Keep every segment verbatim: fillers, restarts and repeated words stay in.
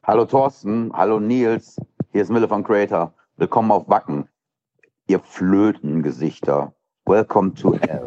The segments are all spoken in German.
Hallo Thorsten, hallo Nils, hier ist Mille von Creator. Willkommen auf Wacken, ihr Flötengesichter. Welcome to hell.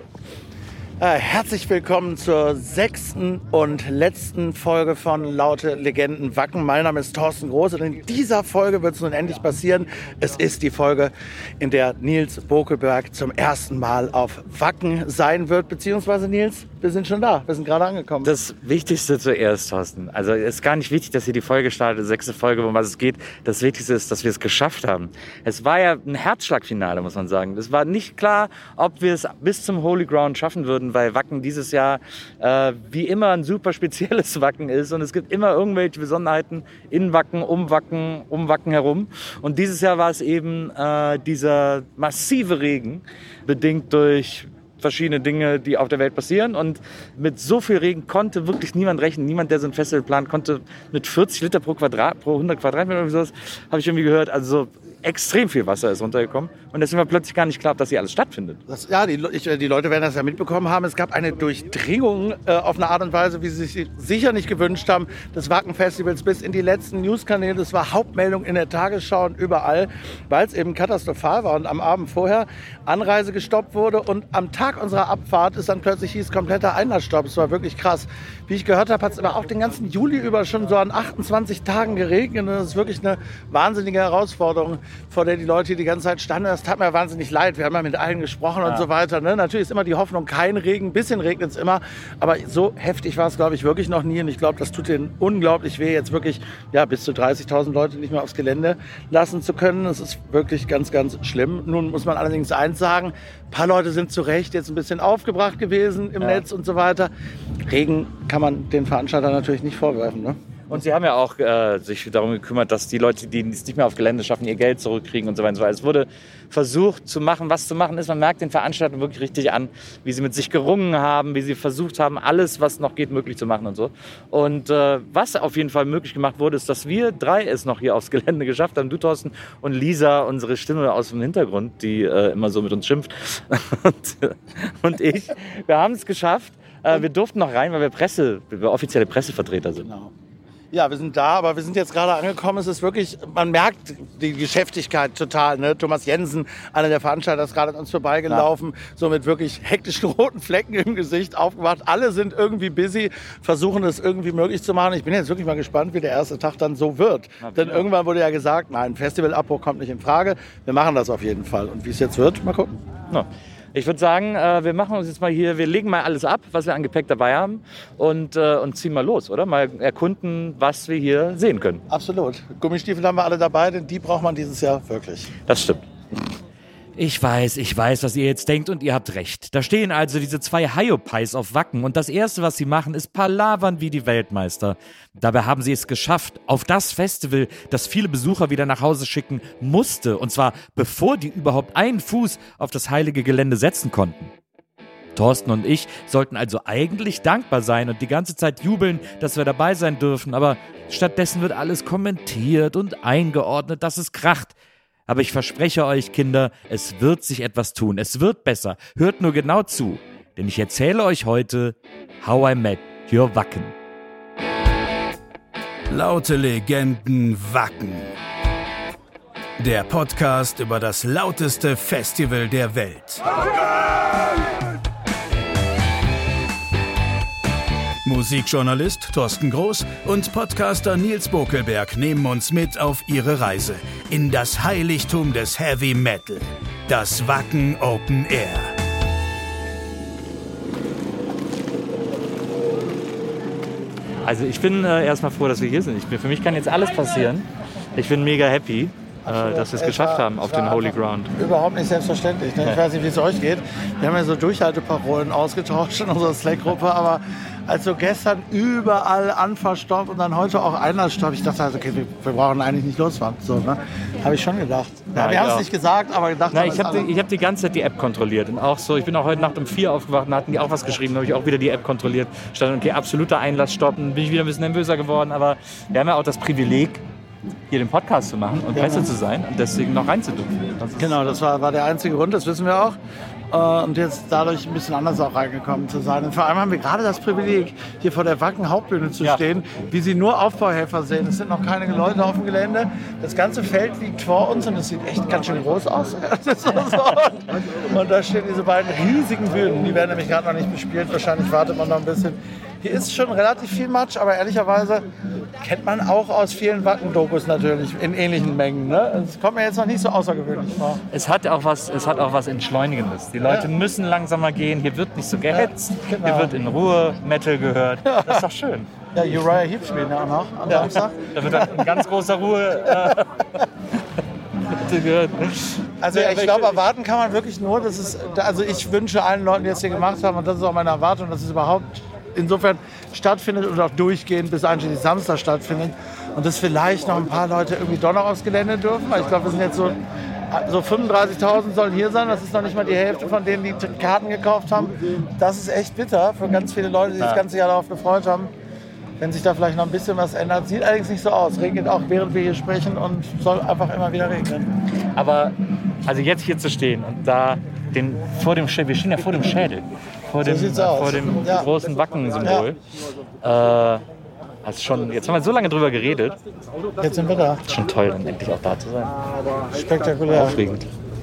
Äh, herzlich willkommen zur sechsten und letzten Folge von Laute Legenden Wacken. Mein Name ist Thorsten Groß und in dieser Folge wird es nun endlich passieren. Es ist die Folge, in der Nils Bokelberg zum ersten Mal auf Wacken sein wird. Beziehungsweise Nils, wir sind schon da, wir sind gerade angekommen. Das Wichtigste zuerst, Thorsten. Also es ist gar nicht wichtig, dass hier die Folge startet, die sechste Folge, um was es geht. Das Wichtigste ist, dass wir es geschafft haben. Es war ja ein Herzschlagfinale, muss man sagen. Es war nicht klar, ob wir es bis zum Holy Ground schaffen würden, weil Wacken dieses Jahr äh, wie immer ein super spezielles Wacken ist und es gibt immer irgendwelche Besonderheiten in Wacken, um Wacken, um Wacken herum. Und dieses Jahr war es eben äh, dieser massive Regen, bedingt durch verschiedene Dinge, die auf der Welt passieren. Und mit so viel Regen konnte wirklich niemand rechnen. Niemand, der so ein Festival plant, konnte mit vierzig Liter pro Quadrat, pro hundert Quadratmeter oder sowas, habe ich irgendwie gehört. Also so extrem viel Wasser ist runtergekommen. Und deswegen war plötzlich gar nicht klar, dass hier alles stattfindet. Das, ja, die, ich, die Leute werden das ja mitbekommen haben. Es gab eine Durchdringung äh, auf eine Art und Weise, wie sie sich sicher nicht gewünscht haben, des Wacken-Festivals bis in die letzten Newskanäle. Das war Hauptmeldung in der Tagesschau und überall, weil es eben katastrophal war. Und am Abend vorher Anreise gestoppt wurde. Und am Tag unserer Abfahrt ist dann plötzlich hieß kompletter Einlassstopp. Es war wirklich krass. Wie ich gehört habe, hat es aber auch den ganzen Juli über schon so an achtundzwanzig Tagen geregnet. Und das ist wirklich eine wahnsinnige Herausforderung, vor der die Leute die ganze Zeit standen. Das tat mir wahnsinnig leid. Wir haben ja mit allen gesprochen ja. und so weiter. Ne? Natürlich ist immer die Hoffnung, kein Regen. Ein bisschen regnet es immer. Aber so heftig war es, glaube ich, wirklich noch nie. Und ich glaube, das tut denen unglaublich weh, jetzt wirklich ja, bis zu dreißigtausend Leute nicht mehr aufs Gelände lassen zu können. Das ist wirklich ganz, ganz schlimm. Nun muss man allerdings eins sagen. Ein paar Leute sind zu Recht jetzt ein bisschen aufgebracht gewesen im ja. Netz und so weiter. Regen kann man den Veranstaltern natürlich nicht vorwerfen, ne? Und sie haben ja auch äh, sich darum gekümmert, dass die Leute, die es nicht mehr auf Gelände schaffen, ihr Geld zurückkriegen und so weiter und so weiter. Es wurde versucht zu machen, was zu machen ist. Man merkt den Veranstaltern wirklich richtig an, wie sie mit sich gerungen haben, wie sie versucht haben, alles, was noch geht, möglich zu machen und so. Und äh, was auf jeden Fall möglich gemacht wurde, ist, dass wir drei es noch hier aufs Gelände geschafft haben. Du, Thorsten, und Lisa, unsere Stimme aus dem Hintergrund, die äh, immer so mit uns schimpft. und, und ich, wir haben es geschafft. Äh, wir durften noch rein, weil wir Presse, wir offizielle Pressevertreter sind. Genau. Ja, wir sind da, aber wir sind jetzt gerade angekommen. Es ist wirklich, man merkt die Geschäftigkeit total. Ne? Thomas Jensen, einer der Veranstalter, ist gerade an uns vorbeigelaufen, ja. so mit wirklich hektischen roten Flecken im Gesicht aufgewacht. Alle sind irgendwie busy, versuchen es irgendwie möglich zu machen. Ich bin jetzt wirklich mal gespannt, wie der erste Tag dann so wird. Ja, Denn irgendwann wurde ja gesagt, nein, Festivalabbruch kommt nicht in Frage. Wir machen das auf jeden Fall. Und wie es jetzt wird, mal gucken. Ja. Ich würde sagen, wir machen uns jetzt mal hier, wir legen mal alles ab, was wir an Gepäck dabei haben und, und ziehen mal los, oder? Mal erkunden, was wir hier sehen können. Absolut. Gummistiefel haben wir alle dabei, denn die braucht man dieses Jahr wirklich. Das stimmt. Ich weiß, ich weiß, was ihr jetzt denkt und ihr habt recht. Da stehen also diese zwei Hyopies auf Wacken und das Erste, was sie machen, ist palavern wie die Weltmeister. Dabei haben sie es geschafft, auf das Festival, das viele Besucher wieder nach Hause schicken musste, und zwar bevor die überhaupt einen Fuß auf das heilige Gelände setzen konnten. Thorsten und ich sollten also eigentlich dankbar sein und die ganze Zeit jubeln, dass wir dabei sein dürfen, aber stattdessen wird alles kommentiert und eingeordnet, dass es kracht. Aber ich verspreche euch, Kinder, es wird sich etwas tun. Es wird besser. Hört nur genau zu. Denn ich erzähle euch heute How I Met Your Wacken. Laute Legenden Wacken. Der Podcast über das lauteste Festival der Welt. Musikjournalist Thorsten Groß und Podcaster Nils Bokelberg nehmen uns mit auf ihre Reise in das Heiligtum des Heavy Metal, das Wacken Open Air. Also ich bin äh, erstmal froh, dass wir hier sind. Ich bin, für mich kann jetzt alles passieren. Ich bin mega happy, äh, dass wir es geschafft haben auf den Holy Ground. Überhaupt nicht selbstverständlich. Ne? Ich weiß nicht, wie es euch geht. Wir haben ja so Durchhalteparolen ausgetauscht in unserer Slack-Gruppe, aber als so gestern überall Anfahrstopp und dann heute auch Einlassstopp, ich dachte, also, okay, wir, wir brauchen eigentlich nicht losfahren. So, ne? Habe ich schon gedacht. Ja, ja, wir haben es nicht gesagt, aber gedacht. Na, ich habe die, hab die ganze Zeit die App kontrolliert. Und auch so, ich bin auch heute Nacht um vier aufgewacht und hatten die auch was geschrieben. Da habe ich auch wieder die App kontrolliert. Stand, okay, absoluter Einlassstopp. Dann bin ich wieder ein bisschen nervöser geworden. Aber wir haben ja auch das Privileg, hier den Podcast zu machen und Ja. Presse zu sein und deswegen noch reinzudürfen. Das ist- Genau, das war, war der einzige Grund, das wissen wir auch. Äh, Und jetzt dadurch ein bisschen anders auch reingekommen zu sein. Und vor allem haben wir gerade das Privileg, hier vor der Wacken Hauptbühne zu Ja. stehen, wie Sie nur Aufbauhelfer sehen. Es sind noch keine Leute auf dem Gelände. Das ganze Feld liegt vor uns und es sieht echt ganz schön groß aus. Das ist so. Und da stehen diese beiden riesigen Bühnen. Die werden nämlich gerade noch nicht bespielt. Wahrscheinlich wartet man noch ein bisschen. Hier ist schon relativ viel Matsch, aber ehrlicherweise kennt man auch aus vielen Wacken-Dokus natürlich in ähnlichen Mengen. Ne? Es kommt mir jetzt noch nicht so außergewöhnlich vor. Es hat auch was, es hat auch was Entschleunigendes. Die Leute Ja. müssen langsamer gehen. Hier wird nicht so gehetzt. Ja, genau. Hier wird in Ruhe Metal gehört. Das ist doch schön. Ja, Uriah Heep spielen ja auch noch am Samstag. Da wird dann in ganz großer Ruhe äh, Metal gehört. Also ja, ich glaube, erwarten kann man wirklich nur, dass es, also ich wünsche allen Leuten, die es hier gemacht haben, und das ist auch meine Erwartung, dass es überhaupt insofern stattfindet und auch durchgehend bis einschließlich Samstag stattfindet. Und dass vielleicht noch ein paar Leute irgendwie doch noch aufs Gelände dürfen. Weil ich glaube, wir sind jetzt so, so fünfunddreißigtausend sollen hier sein. Das ist noch nicht mal die Hälfte von denen, die Karten gekauft haben. Das ist echt bitter für ganz viele Leute, die sich das ganze Jahr darauf gefreut haben. Wenn sich da vielleicht noch ein bisschen was ändert. Sieht allerdings nicht so aus. Regnet auch, während wir hier sprechen, und soll einfach immer wieder regnen. Aber also jetzt hier zu stehen und da den, vor dem Schädel, wir stehen ja vor dem Schädel, vor dem, sieht's aus. vor dem Ja. großen Wacken-Symbol. Äh, also schon, jetzt haben wir so lange drüber geredet. Jetzt sind wir da. Ist schon toll, dann endlich auch da zu sein. Spektakulär. Aufregend.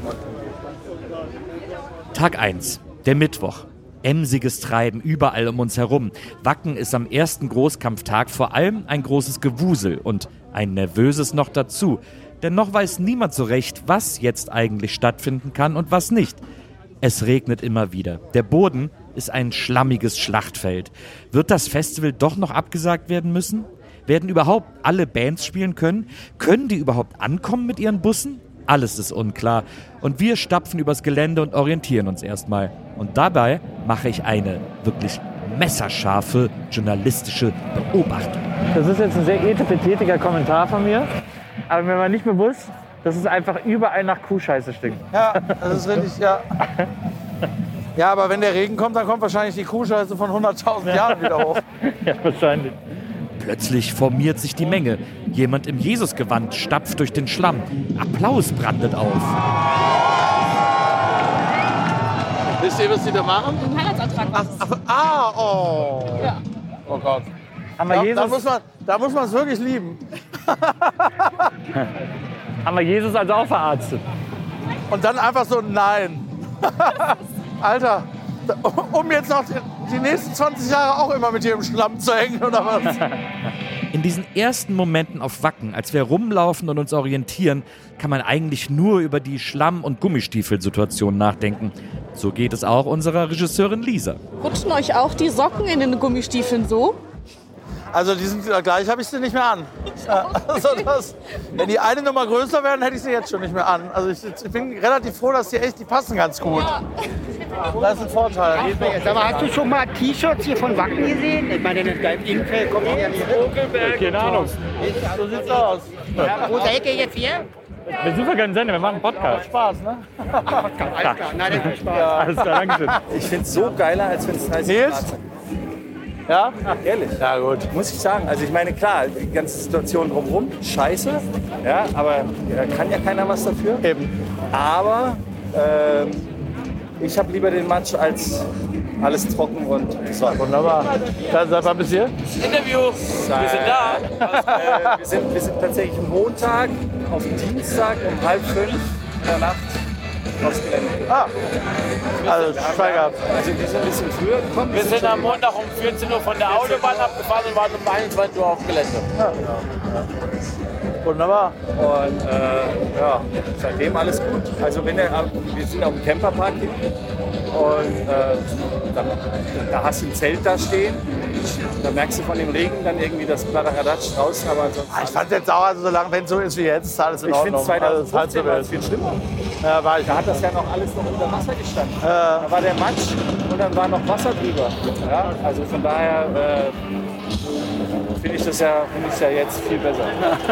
Tag eins, der Mittwoch. Emsiges Treiben überall um uns herum. Wacken ist am ersten Großkampftag vor allem ein großes Gewusel und ein nervöses noch dazu. Denn noch weiß niemand so recht, was jetzt eigentlich stattfinden kann und was nicht. Es regnet immer wieder. Der Boden ist ein schlammiges Schlachtfeld. Wird das Festival doch noch abgesagt werden müssen? Werden überhaupt alle Bands spielen können? Können die überhaupt ankommen mit ihren Bussen? Alles ist unklar. Und wir stapfen übers Gelände und orientieren uns erstmal. Und dabei mache ich eine wirklich messerscharfe journalistische Beobachtung. Das ist jetzt ein sehr etepetetiger Kommentar von mir, aber mir war nicht bewusst, dass es einfach überall nach Kuhscheiße stinkt. Ja, das ist richtig, ja. Ja, aber wenn der Regen kommt, dann kommt wahrscheinlich die Kuhscheiße von hunderttausend Jahren wieder hoch. Ja, wahrscheinlich. Plötzlich formiert sich die Menge. Jemand im Jesusgewand stapft durch den Schlamm. Applaus brandet auf. Wisst ihr, was die da machen? Ein Heiratsantrag. Ach, ach, ah, oh. Ja. Oh Gott. Haben wir Da, Jesus, da muss man da muss man es wirklich lieben. haben wir Jesus also auch verarztet? Und dann einfach so, nein. Alter, um jetzt noch die, die nächsten zwanzig Jahre auch immer mit dir im Schlamm zu hängen, oder was? In diesen ersten Momenten auf Wacken, als wir rumlaufen und uns orientieren, kann man eigentlich nur über die Schlamm- und Gummistiefel-Situation nachdenken. So geht es auch unserer Regisseurin Lisa. Rutschen euch auch die Socken in den Gummistiefeln so? Also die sind gleich, habe ich sie nicht mehr an. Ja, also das, wenn die eine Nummer größer wären, hätte ich sie jetzt schon nicht mehr an. Also ich, ich bin relativ froh, dass die echt, die passen ganz gut. Das ist ein Vorteil. Sag mal, hast du schon mal T-Shirts hier von Wacken gesehen? Ich meine, in deinem Innenfeld kommt ja nicht hin. Keine Ahnung. So sieht's aus. Wo seid ihr jetzt hier? Wir suchen keinen Sender, wir machen einen Podcast. Spaß, ne? Alles klar, nein, das ist Spaß. Alles klar, danke schön. Ich finde es so geiler, als wenn es dreißig Nils? Grad sind. Ja? Ehrlich. Ja, gut. Muss ich sagen. Also ich meine, klar, die ganze Situation drumherum, scheiße. Ja, aber da kann ja keiner was dafür. Eben. Aber ähm, ich habe lieber den Matsch als alles trocken und so. Wunderbar. Dann sag mal bis hier. Interview. Wir sind da. äh, wir, sind, wir sind tatsächlich Montag auf Dienstag um halb fünf in der Nacht aufs Gelände. Ah. Also, steigert. Also wir sind ein bisschen früher gekommen. Wir sind am Montag um vierzehn Uhr von der Autobahn abgefahren und waren um einundzwanzig Uhr auf dem Gelände. Wunderbar. Und äh, ja, seitdem alles gut. Also wenn der, wir sind auf dem Camperpark hin und äh, dann, da hast du ein Zelt da stehen. Da merkst du von dem Regen dann irgendwie das Kladderadatsch draußen, aber ansonsten... Ich fand jetzt auch, also solange wenn es so ist wie jetzt, ist alles in Ich finde Ordnung. Also, es ist halt so zweitausendfünfzehn war es wild. viel schlimmer. Ja, war ich. Da hat das ja noch alles noch unter Wasser gestanden. Da war der Matsch und dann war noch Wasser drüber. Ja, also von daher äh, finde ich das ja, finde ich ja jetzt viel besser.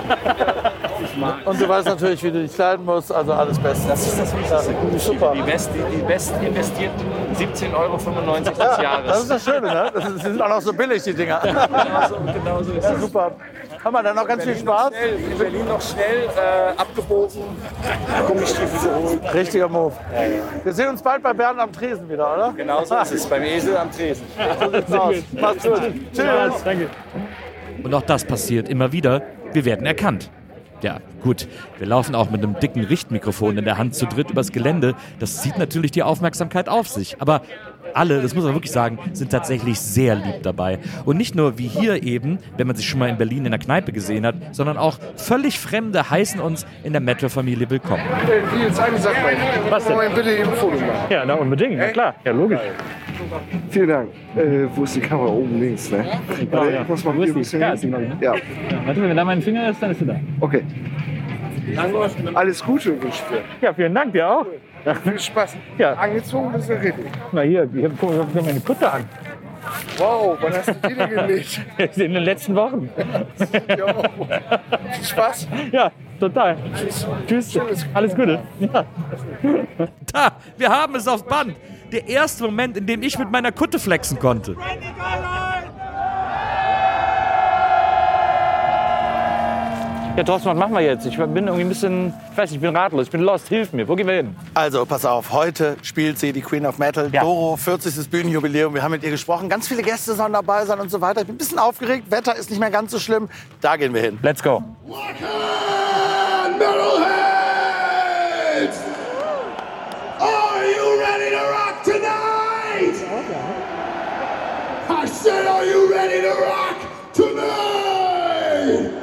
Und du weißt natürlich, wie du dich kleiden musst, also alles Beste. Das ist das Wichtigste. Ja, super. Die, best, die, die best investierten siebzehn Euro fünfundneunzig des Ja, Jahres. das ist das Schöne, ne? Das ist, die sind auch noch so billig, die Dinger. Genauso, genauso ist Ja, es. super. Haben wir dann noch ganz viel Spaß? Schnell, in Berlin noch schnell äh, abgebogen, Gummistiefel geholt. Richtiger Move. Wir sehen uns bald bei Bernd am Tresen wieder, oder? Genau so ist es, beim Esel am Tresen. So sieht's aus. Macht's gut. Tschüss. Danke. Und auch das passiert immer wieder. Wir werden erkannt. Ja, gut. Wir laufen auch mit einem dicken Richtmikrofon in der Hand zu dritt übers Gelände. Das zieht natürlich die Aufmerksamkeit auf sich. Aber alle, das muss man wirklich sagen, sind tatsächlich sehr lieb dabei. Und nicht nur wie hier eben, wenn man sich schon mal in Berlin in der Kneipe gesehen hat, sondern auch völlig Fremde heißen uns in der Metro-Familie willkommen. Wie jetzt eine Sache, was denn? Bitte eben ein Foto machen. Ja, na unbedingt, na klar, ja logisch. Vielen Dank. Äh, wo ist die Kamera? Oben links, ne? Ja, ja. Ich muss mal hier ein bisschen Ja, hin. ja. Ja. Warte, wenn da mein Finger ist, dann ist er da. Okay. Alles Gute wünsche ich dir. Ja, vielen Dank, dir auch. Ja. Viel Spaß. Ja. Angezogen bist du richtig. Na hier, ich habe hab meine Kutte an. Wow, wann hast du die denn gelegt? In den letzten Wochen. Ja. Viel Spaß. Ja, total. Tschüss. Tschüss. Alles Gute. Ja. Da, wir haben es auf Band. Der erste Moment, in dem ich mit meiner Kutte flexen konnte. Ja, Thorsten, was machen wir jetzt? Ich bin irgendwie ein bisschen, ich weiß nicht, ich bin ratlos, ich bin lost. Hilf mir, wo gehen wir hin? Also, pass auf, heute spielt sie die Queen of Metal, Ja. Doro, vierzigstes Bühnenjubiläum. Wir haben mit ihr gesprochen, ganz viele Gäste sollen dabei sein und so weiter. Ich bin ein bisschen aufgeregt, Wetter ist nicht mehr ganz so schlimm. Da gehen wir hin. Let's go. Metalheads! Are you ready to rock tonight? I said, are you ready to rock tonight?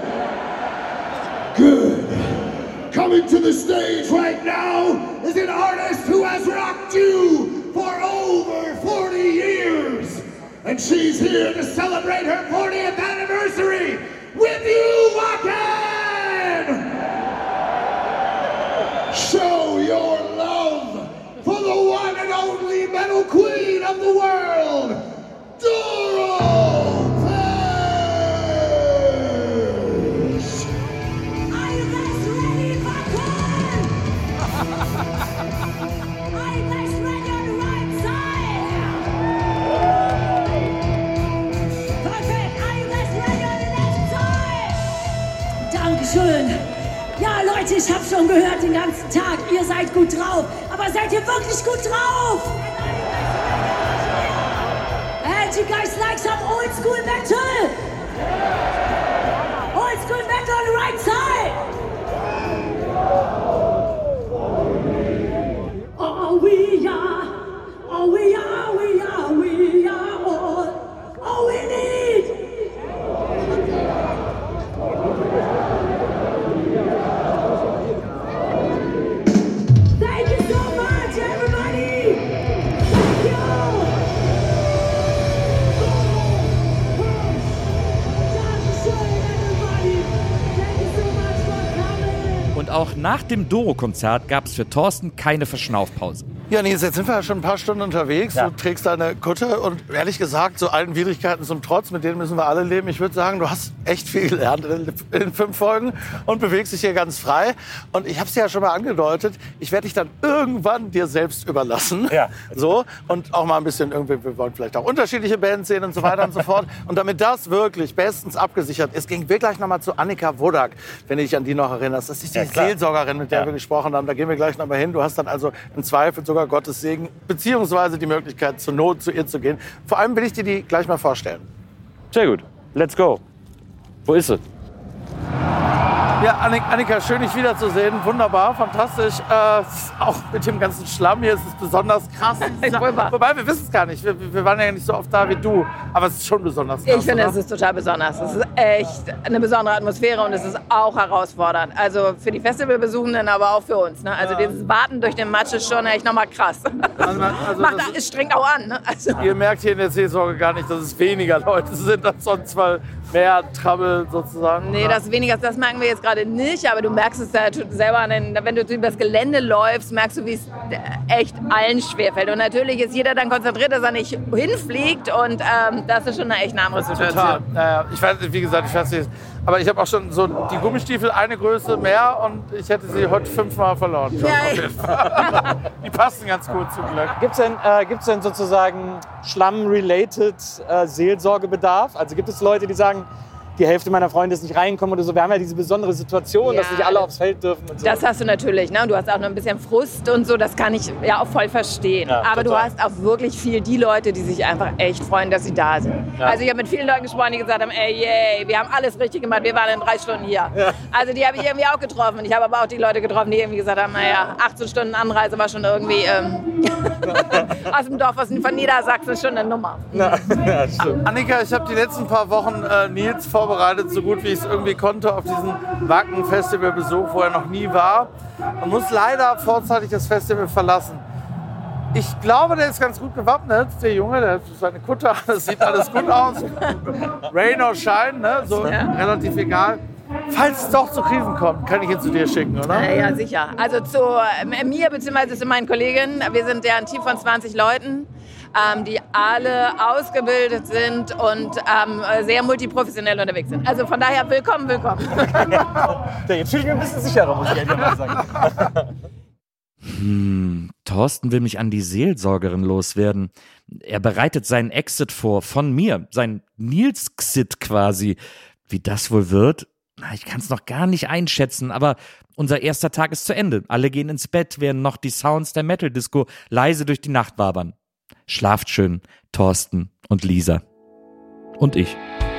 Good. Coming to the stage right now is an artist who has rocked you for over forty years. And she's here to celebrate her fortieth anniversary with you, Wacken! Show your love for the one and only metal queen of the world, Doro Pesch! Are you guys ready, Wacken? Are you guys ready on the right side? Perfect. Are you guys ready on the left side? Dankeschön. Ja, Leute, ich hab schon gehört den ganzen Tag, ihr seid gut drauf. Aber seid ihr wirklich gut drauf? And you guys like some old school metal? Old school metal on the right side? Oh, we are, oh, we are, we are, we are all, all we need. Thank you so much, everybody. Thank you. Dankeschön, everybody. Thank you so much for coming. Und auch nach dem Doro-Konzert gab es für Thorsten keine Verschnaufpause. Ja, Nils, jetzt sind wir ja schon ein paar Stunden unterwegs. Ja. Du trägst deine Kutte und ehrlich gesagt, so allen Widrigkeiten zum Trotz, mit denen müssen wir alle leben. Ich würde sagen, du hast echt viel gelernt in den fünf Folgen und bewegst dich hier ganz frei. Und ich habe es ja schon mal angedeutet, ich werde dich dann irgendwann dir selbst überlassen. Ja. So, und auch mal ein bisschen, irgendwie, wir wollen vielleicht auch unterschiedliche Bands sehen und so weiter und so fort. Und damit das wirklich bestens abgesichert ist, gehen wir gleich noch mal zu Annika Wodak, wenn du dich an die noch erinnerst. Das ist die Ja, klar. Seelsorgerin, mit der Ja. wir gesprochen haben. Da gehen wir gleich noch mal hin. Du hast dann also im Zweifel sogar Gottes Segen, beziehungsweise die Möglichkeit, zur Not zu ihr zu gehen. Vor allem will ich dir die gleich mal vorstellen. Sehr gut. Let's go. Wo ist sie? Ja, Annik, Annika, schön, dich wiederzusehen. Wunderbar, fantastisch. Äh, auch mit dem ganzen Schlamm hier ist es besonders krass. Wobei, wir wissen es gar nicht. Wir, wir waren ja nicht so oft da wie du. Aber es ist schon besonders krass, Ich finde, oder? es ist total besonders. Es ist echt eine besondere Atmosphäre und es ist auch herausfordernd. Also für die Festivalbesuchenden, aber auch für uns. Ne? Also Ja. dieses Warten durch den Matsch ist schon echt nochmal krass. Also, also Macht das da, es strengt auch an. Ne? Also. Ihr merkt hier in der Seelsorge gar nicht, dass es weniger Leute sind als sonst, weil mehr Trouble sozusagen. Nee, oder? das weniger, das merken wir jetzt gerade nicht, aber du merkst es ja selber, an den, wenn du über das Gelände läufst, merkst du, wie es echt allen schwerfällt. Und natürlich ist jeder dann konzentriert, dass er nicht hinfliegt und ähm, das ist schon eine echt eine andere Situation. Total. Naja, ich weiß, wie gesagt, ich weiß nicht. Aber ich habe auch schon so die Gummistiefel eine Größe mehr und ich hätte sie heute fünfmal verloren. Schon, Ja, auf jeden Fall. Die passen ganz gut zum Glück. Gibt es denn, äh, gibt's denn sozusagen Schlamm-related äh, Seelsorgebedarf? Also gibt es Leute, die sagen, die Hälfte meiner Freunde ist nicht reinkommen oder so. Wir haben ja diese besondere Situation, Ja. dass nicht alle aufs Feld dürfen und so. Das hast du natürlich, ne? Du hast auch noch ein bisschen Frust und so, das kann ich ja auch voll verstehen. Ja, Aber du total. hast auch wirklich viel die Leute, die sich einfach echt freuen, dass sie da sind. Ja. Also ich habe mit vielen Leuten gesprochen, die gesagt haben, ey, yay, wir haben alles richtig gemacht, wir waren in drei Stunden hier. Ja. Also die habe ich irgendwie auch getroffen. Ich habe aber auch die Leute getroffen, die irgendwie gesagt haben, naja, achtzehn Stunden Anreise war schon irgendwie ähm, aus dem Dorf aus- von Niedersachsen schon eine Nummer. Ja, stimmt. Annika, ich habe die letzten paar Wochen äh, Nils vorbereitet, so gut wie ich es irgendwie konnte, auf diesen Wacken-Festivalbesuch, wo er noch nie war. Und muss leider vorzeitig das Festival verlassen. Ich glaube, der ist ganz gut gewappnet, der Junge. Der hat seine Kutte an, das sieht alles gut aus. Rain or Shine, ne? So Ja. relativ egal. Falls es doch zu Krisen kommt, kann ich ihn zu dir schicken, oder? Ja, ja, sicher. Also zu äh, mir bzw. zu meinen Kollegen. Wir sind ja ein Team von zwanzig Leuten, ähm, die alle ausgebildet sind und ähm, sehr multiprofessionell unterwegs sind. Also von daher willkommen, willkommen. Ja, jetzt fühle ich mich ein bisschen sicherer, muss ich ehrlich mal sagen. Hm, Thorsten will mich an die Seelsorgerin loswerden. Er bereitet seinen Exit vor, von mir, sein Nils-Xit quasi. Wie das wohl wird? Na, ich kann es noch gar nicht einschätzen, aber unser erster Tag ist zu Ende. Alle gehen ins Bett, während noch die Sounds der Metal-Disco leise durch die Nacht wabern. Schlaft schön, Thorsten und Lisa. Und ich.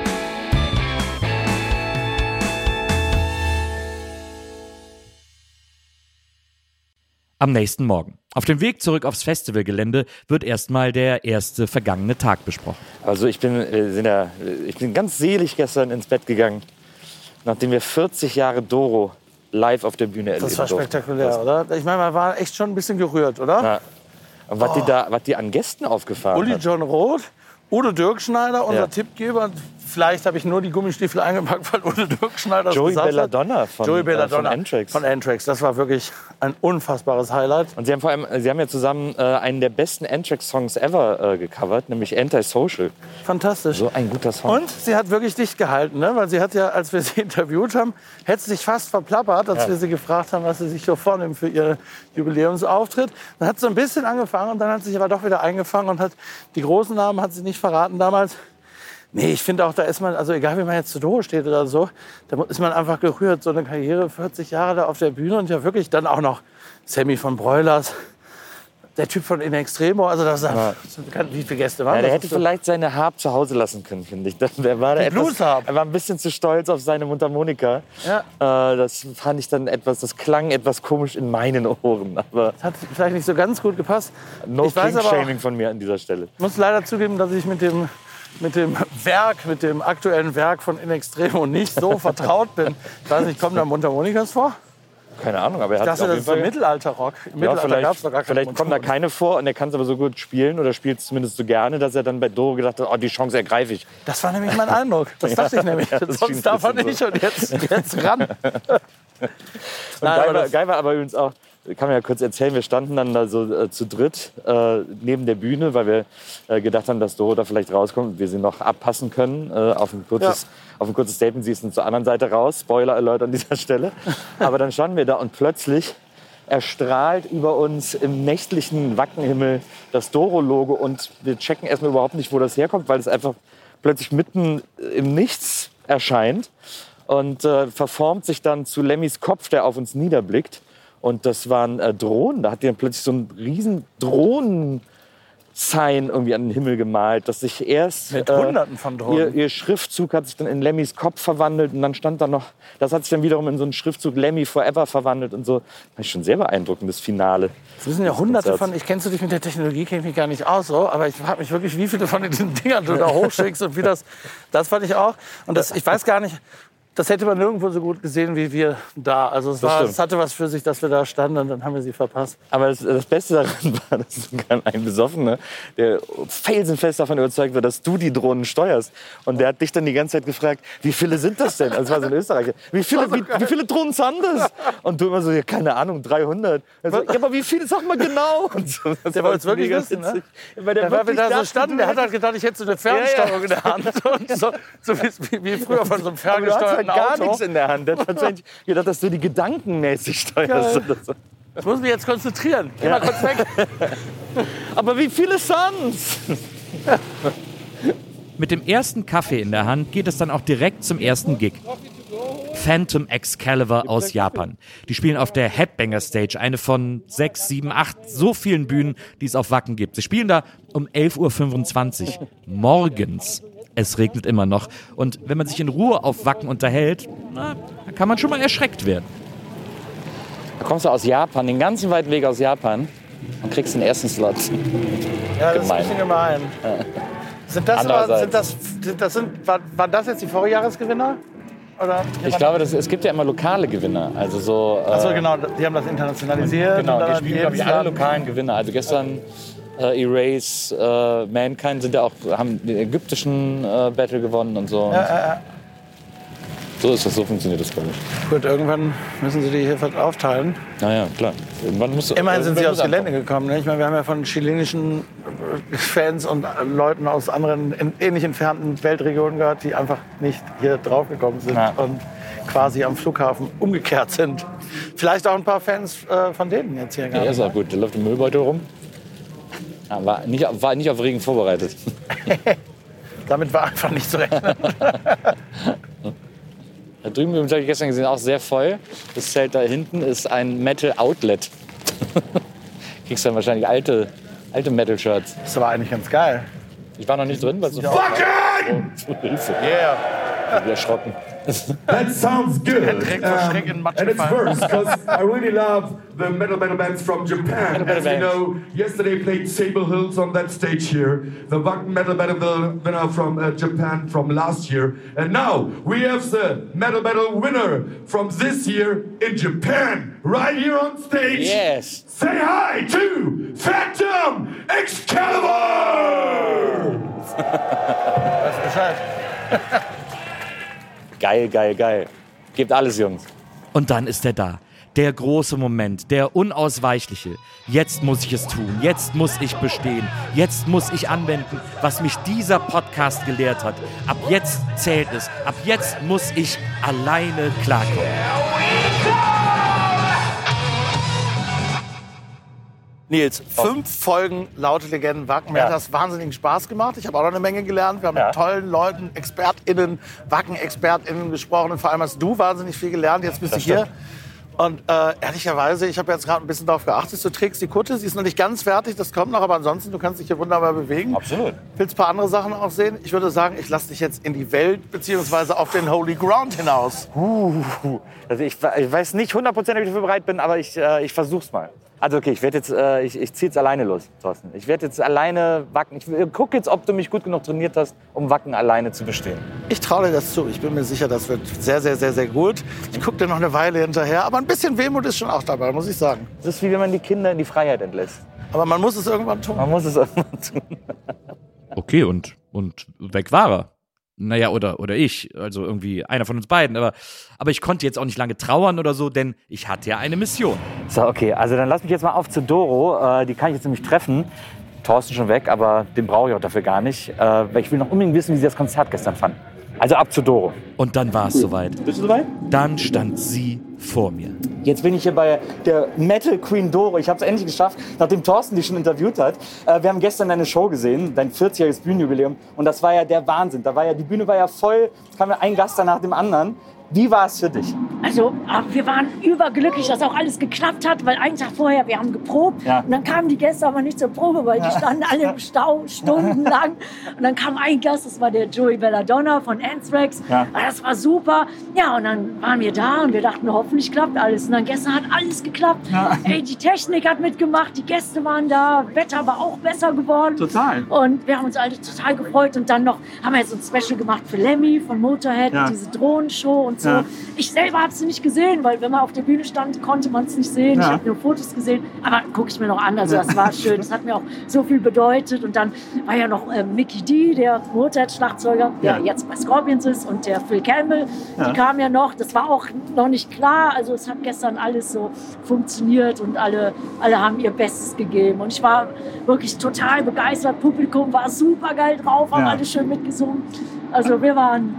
Am nächsten Morgen. Auf dem Weg zurück aufs Festivalgelände wird erstmal der erste vergangene Tag besprochen. Also ich bin, wir sind ja, ich bin ganz selig gestern ins Bett gegangen, nachdem wir vierzig Jahre Doro live auf der Bühne erleben Das war durften. spektakulär, Das- oder? Ich meine, man war echt schon ein bisschen gerührt, oder? Ja. Und was, Oh. die da, was die an Gästen aufgefahren Uli hat. John Roth, Udo Dirkschneider, unser Ja. Tippgeber. Vielleicht habe ich nur die Gummistiefel eingepackt, weil Udo Dirkschneider das Joey gesagt Belladonna hat. von, Joey äh, Belladonna von Anthrax. Von Anthrax. Das war wirklich ein unfassbares Highlight. Und sie haben vor allem, sie haben ja zusammen äh, einen der besten Anthrax-Songs ever äh, gecovert, nämlich Antisocial. Fantastisch. So ein guter Song. Und sie hat wirklich dicht gehalten, ne? Weil sie hat ja, als wir sie interviewt haben, hätte sie sich fast verplappert, als Ja. wir sie gefragt haben, was sie sich so vornimmt für ihren Jubiläumsauftritt. Dann hat sie so ein bisschen angefangen und dann hat sie sich aber doch wieder eingefangen und hat die großen Namen hat sie nicht verraten damals. Nee, ich finde auch, da ist man, also egal wie man jetzt zu Doro steht oder so, da ist man einfach gerührt. So eine Karriere, vierzig Jahre da auf der Bühne und ja wirklich dann auch noch Sammy von Broilers, der Typ von In Extremo, also das Ja. wie viele Gäste waren Ja, der das? hätte vielleicht seine Harp zu Hause lassen können, finde ich. Das- Der war, da Die etwas, Blues-Harp. er war ein bisschen zu stolz auf seine Mundharmonika. Ja. Äh, das fand ich dann etwas, das klang etwas komisch in meinen Ohren. Aber Das hat vielleicht nicht so ganz gut gepasst. no Ich weiß aber auch- King-Shaming von mir an dieser Stelle. Ich muss leider zugeben, dass ich mit dem, mit dem Werk, mit dem aktuellen Werk von In Extremo nicht so vertraut bin. Ich weiß nicht, kommen da Mundharmonikas vor? Keine Ahnung, aber er Ich hat dachte, auf das jeden ist so Fall... Mittelalterrock. Im Ja, Mittelalter vielleicht gab's doch gar keine vielleicht kommen da Mundharmonika. keine vor und er kann es aber so gut spielen oder spielt es zumindest so gerne, dass er dann bei Doro gedacht hat, oh, die Chance ergreife ich. Das war nämlich mein Eindruck. Das dachte ich nämlich. Ja, das schien Sonst ein darf er bisschen nicht so. und jetzt, jetzt ran. Und Nein, geil, aber war, das- geil war aber übrigens auch, kann man ja kurz erzählen, wir standen dann da so äh, zu dritt äh, neben der Bühne, weil wir äh, gedacht haben, dass Doro da vielleicht rauskommt und wir sie noch abpassen können äh, auf, ein kurzes, auf ein kurzes Statement. Sie ist dann zur anderen Seite raus, Spoiler Alert an dieser Stelle. Aber dann standen wir da und plötzlich erstrahlt über uns im nächtlichen Wackenhimmel das Doro-Logo und wir checken erstmal überhaupt nicht, wo das herkommt, weil es einfach plötzlich mitten im Nichts erscheint und äh, verformt sich dann zu Lemmys Kopf, der auf uns niederblickt. Und das waren äh, Drohnen. Da hat die dann plötzlich so einen riesen Drohnen-Sign irgendwie an den Himmel gemalt, dass sich erst Mit Hunderten von Drohnen. Ihr, ihr Schriftzug hat sich dann in Lemmys Kopf verwandelt und dann stand da noch, das hat sich dann wiederum in so einen Schriftzug Lemmy Forever verwandelt und so. Das ist schon sehr beeindruckendes Finale. Das sind ja hunderte Konzerts. von, ich kennst du dich mit der Technologie, kenne ich mich gar nicht aus, so, aber ich frage mich wirklich, wie viele von diesen Dingern du da hochschickst und wie das, das fand ich auch. Und das, ich weiß gar nicht, das hätte man nirgendwo so gut gesehen wie wir da. Also es, Das war, stimmt. es hatte was für sich, dass wir da standen und dann haben wir sie verpasst. Aber das, das Beste daran war, dass ein Besoffener, der felsenfest davon überzeugt war, dass du die Drohnen steuerst. Und der hat dich dann die ganze Zeit gefragt, wie viele sind das denn? Also, das war so ein Österreicher. Wie viele, wie, wie viele Drohnen sind das? Und du immer so, ja, keine Ahnung, dreihundert. Also, ja, aber wie viele, sag mal genau. Und so, das Der war wollte es wirklich mega wissen, ne? witzig. Weil der Der, weil wir wirklich da so dachte, standen, du der hat halt hättest- gedacht, ich hätte so eine Fernsteuerung Ja, ja. in der Hand. Und so, so wie, wie früher von so einem Aber du hast halt ferngesteuerten gar Auto. nichts in der Hand. Der hat tatsächlich gedacht, dass du die gedankenmäßig steuerst. Geil. Oder so. Ich muss mich jetzt konzentrieren. Geh Ja. mal kurz weg. Aber wie viele sind's? Mit dem ersten Kaffee in der Hand geht es dann auch direkt zum ersten Gig. Phantom Excalibur aus Japan. Die spielen auf der Headbanger Stage, eine von sechs, sieben, acht, so vielen Bühnen, die es auf Wacken gibt. Sie spielen da um elf Uhr fünfundzwanzig morgens. Es regnet immer noch. Und wenn man sich in Ruhe auf Wacken unterhält, na, dann kann man schon mal erschreckt werden. Da kommst du aus Japan, den ganzen weiten Weg aus Japan und kriegst den ersten Slot. Ja, das gemein. Ist ein bisschen gemein. Ja. Sind das, aber, sind das, sind das sind, waren das jetzt die Vorjahresgewinner? Oder ich glaube, das, es gibt ja immer lokale Gewinner. Also so, Achso, genau, die haben das internationalisiert. Genau, die spielen, glaube ich, alle lokalen Gewinner. Also gestern äh, Erase, äh, Mankind sind ja auch, haben den ägyptischen äh, Battle gewonnen und so. Ja, ja, ja. So ist das, so funktioniert das, glaube ich. Gut, irgendwann müssen sie die hier aufteilen. Naja, klar. Irgendwann musst du, Immerhin sind sie aufs anfangen. Gelände gekommen. Ne? Ich meine, wir haben ja von chilenischen Fans und Leuten aus anderen ähnlich entfernten Weltregionen gehört, die einfach nicht hier draufgekommen sind ja. und quasi am Flughafen umgekehrt sind. Vielleicht auch ein paar Fans äh, von denen jetzt hier. Ja, ist auch gut. Der läuft im Müllbeutel rum. Ja, war, nicht, war nicht auf Regen vorbereitet. Damit war einfach nicht zu rechnen. Da drüben, das habe ich gestern gesehen, auch sehr voll. Das Zelt da hinten ist ein Metal-Outlet. Kriegst dann wahrscheinlich alte, alte Metal-Shirts. Das war eigentlich ganz geil. Ich war noch nicht drin, weil so... Fucking! Oh, Hilfe. Yeah! Ich bin erschrocken. That sounds good. Um, and it's first, because I really love the metal metal bands from Japan. Metal As metal you know, yesterday played Sable Hills on that stage here, the Wacken metal metal winner from uh, Japan from last year. And now we have the metal metal winner from this year in Japan, right here on stage. Yes. Say hi to Phantom Excalibur! Weißt du Bescheid? Geil, geil, geil. Gebt alles, Jungs. Und dann ist er da. Der große Moment, der unausweichliche. Jetzt muss ich es tun. Jetzt muss ich bestehen. Jetzt muss ich anwenden, was mich dieser Podcast gelehrt hat. Ab jetzt zählt es. Ab jetzt muss ich alleine klarkommen. Nils, fünf Folgen Laute Legenden Wacken. Mir Ja. hat das wahnsinnigen Spaß gemacht. Ich habe auch noch eine Menge gelernt. Wir haben Ja. mit tollen Leuten, ExpertInnen, Wacken-ExpertInnen gesprochen. Und vor allem hast du wahnsinnig viel gelernt. Jetzt bist Das du hier. stimmt. Und äh, ehrlicherweise, ich habe jetzt gerade ein bisschen darauf geachtet, du trägst die Kutte, sie ist noch nicht ganz fertig, das kommt noch, aber ansonsten, du kannst dich hier wunderbar bewegen. Absolut. Willst ein paar andere Sachen auch sehen? Ich würde sagen, ich lasse dich jetzt in die Welt beziehungsweise auf den Holy Ground hinaus. Uh, also ich, ich weiß nicht hundertprozentig, ob ich dafür bereit bin, aber ich, äh, ich versuch's mal. Also okay, ich werde jetzt, äh, ich, ich ziehe jetzt alleine los, Thorsten. Ich werde jetzt alleine Wacken. Ich gucke jetzt, ob du mich gut genug trainiert hast, um Wacken alleine zu bestehen. Ich traue dir das zu. Ich bin mir sicher, das wird sehr, sehr, sehr, sehr gut. Ich gucke dir noch eine Weile hinterher, aber ein bisschen Wehmut ist schon auch dabei, muss ich sagen. Das ist wie wenn man die Kinder in die Freiheit entlässt. Aber man muss es irgendwann tun. Man muss es irgendwann tun. Okay, und, und weg war er. Naja, oder, oder ich, also irgendwie einer von uns beiden. Aber, aber ich konnte jetzt auch nicht lange trauern oder so, denn ich hatte ja eine Mission. So, okay, also dann lass mich jetzt mal auf zu Doro. Äh, die kann ich jetzt nämlich treffen. Thorsten schon weg, aber den brauche ich auch dafür gar nicht. Äh, weil ich will noch unbedingt wissen, wie sie das Konzert gestern fanden. Also ab zu Doro. Und dann war es soweit. Bist du soweit? Dann stand sie vor mir. Jetzt bin ich hier bei der Metal Queen Doro. Ich habe es endlich geschafft, nachdem Thorsten dich schon interviewt hat. Äh, wir haben gestern deine Show gesehen, dein vierzigjähriges Bühnenjubiläum. Und das war ja der Wahnsinn. Da war ja, die Bühne war ja voll, es kam ja ein Gast nach dem anderen. Wie war es für dich? Also, wir waren überglücklich, dass auch alles geklappt hat, weil einen Tag vorher, wir haben geprobt Ja. und dann kamen die Gäste aber nicht zur Probe, weil die standen alle im Stau stundenlang. Und dann kam ein Gast, das war der Joey Belladonna von Anthrax. Ja. Das war super. Ja, und dann waren wir da und wir dachten, hoffentlich klappt alles. Und dann gestern hat alles geklappt. Ja. Ey, die Technik hat mitgemacht, die Gäste waren da, Wetter war auch besser geworden. Total. Und wir haben uns alle total gefreut. Und dann noch haben wir jetzt ein Special gemacht für Lemmy von Motorhead, Ja. diese Drohnenshow und so. Ja. Ich selber habe sie nicht gesehen, weil wenn man auf der Bühne stand, konnte man es nicht sehen. Ja. Ich habe nur Fotos gesehen, aber gucke ich mir noch an. Also das war schön, das hat mir auch so viel bedeutet. Und dann war ja noch äh, Mickey D, der Motorhead-Schlagzeuger, der Ja. jetzt bei Scorpions ist, und der Phil Campbell, Ja. die kamen ja noch. Das war auch noch nicht klar. Also es hat gestern alles so funktioniert und alle, alle haben ihr Bestes gegeben. Und ich war wirklich total begeistert. Publikum war super geil drauf, haben Ja. alle schön mitgesungen. Also wir waren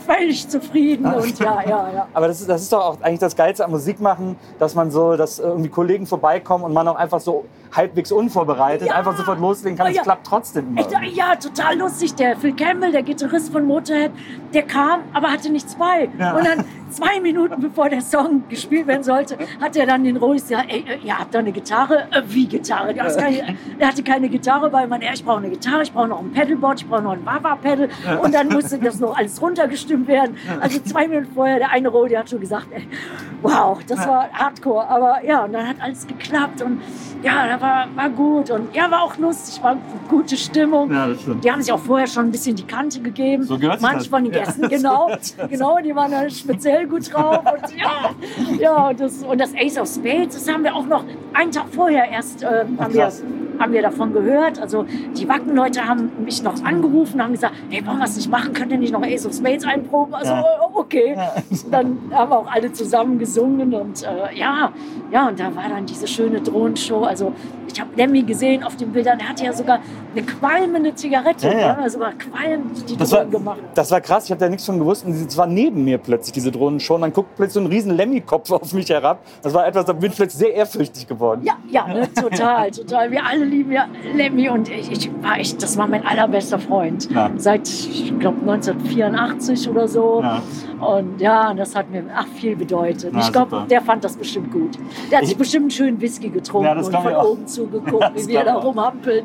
völlig zufrieden und ja, ja, ja. Aber das ist, das ist doch auch eigentlich das Geilste am Musik machen, dass man so, dass irgendwie Kollegen vorbeikommen und man auch einfach so halbwegs unvorbereitet Ja. einfach sofort loslegen kann. Oh, Es ja. klappt trotzdem immer. Ich, ja, total lustig. Der Phil Campbell, der Gitarrist von Motorhead, der kam, aber hatte nichts bei. Ja. Und dann zwei Minuten bevor der Song gespielt werden sollte, hat er dann den Rollis gesagt, ey, ihr habt da eine Gitarre? Äh, wie Gitarre? Der, hast keine, der hatte keine Gitarre bei. Ich meine, ich brauche eine Gitarre, ich brauche noch ein Pedalboard, ich brauche noch ein Wah-Wah-Pedal. Und dann musste das noch alles runtergestimmt werden. Also zwei Minuten vorher, der eine Rolli hat schon gesagt, ey, wow, das war Hardcore. Aber ja, und dann hat alles geklappt und ja, da war, war gut. Und ja, war auch lustig, war gute Stimmung. Ja, das stimmt. Die haben sich auch vorher schon ein bisschen die Kante gegeben. So gehört sich Manche das. von den Ja. Gästen, genau, genau, die waren da speziell gut drauf. Und ja, ja und, das, und das Ace of Spades, das haben wir auch noch einen Tag vorher erst äh, haben, wir, haben wir davon gehört. Also die Wacken-Leute haben mich noch angerufen, haben gesagt, hey, wollen wir es nicht machen? Könnt ihr nicht noch Ace of Spades einproben? Also Ja. okay. Dann haben wir auch alle zusammen gesungen und äh, ja, ja, und da war dann diese schöne Drohnenshow. Also ich habe Lemmy gesehen auf den Bildern, er hatte ja sogar eine qualmende Zigarette, Ja, ja. ja, sogar qualmend die Das war, Drohnen gemacht. das war krass, ich habe da nichts von gewusst. Und es war neben mir plötzlich, diese Drohnenshow. Und dann guckt plötzlich so ein riesen Lemmy-Kopf auf mich herab. Das war etwas, da bin ich plötzlich sehr ehrfürchtig geworden. Ja, ja, ne, total, total. Wir alle lieben ja Lemmy und ich, ich war echt, das war mein allerbester Freund. Ja. Seit, ich glaube, neunzehnhundertvierundachtzig oder so. Ja. Und ja, das hat mir ach, viel bedeutet. Ja, ich glaube, super. der fand das bestimmt gut. Der hat sich Ich- bestimmt einen schönen Whisky getrunken Ja, das und glaub von ich auch. oben zugeguckt, Ja, das wie wir da glaub ich auch. rumhampeln.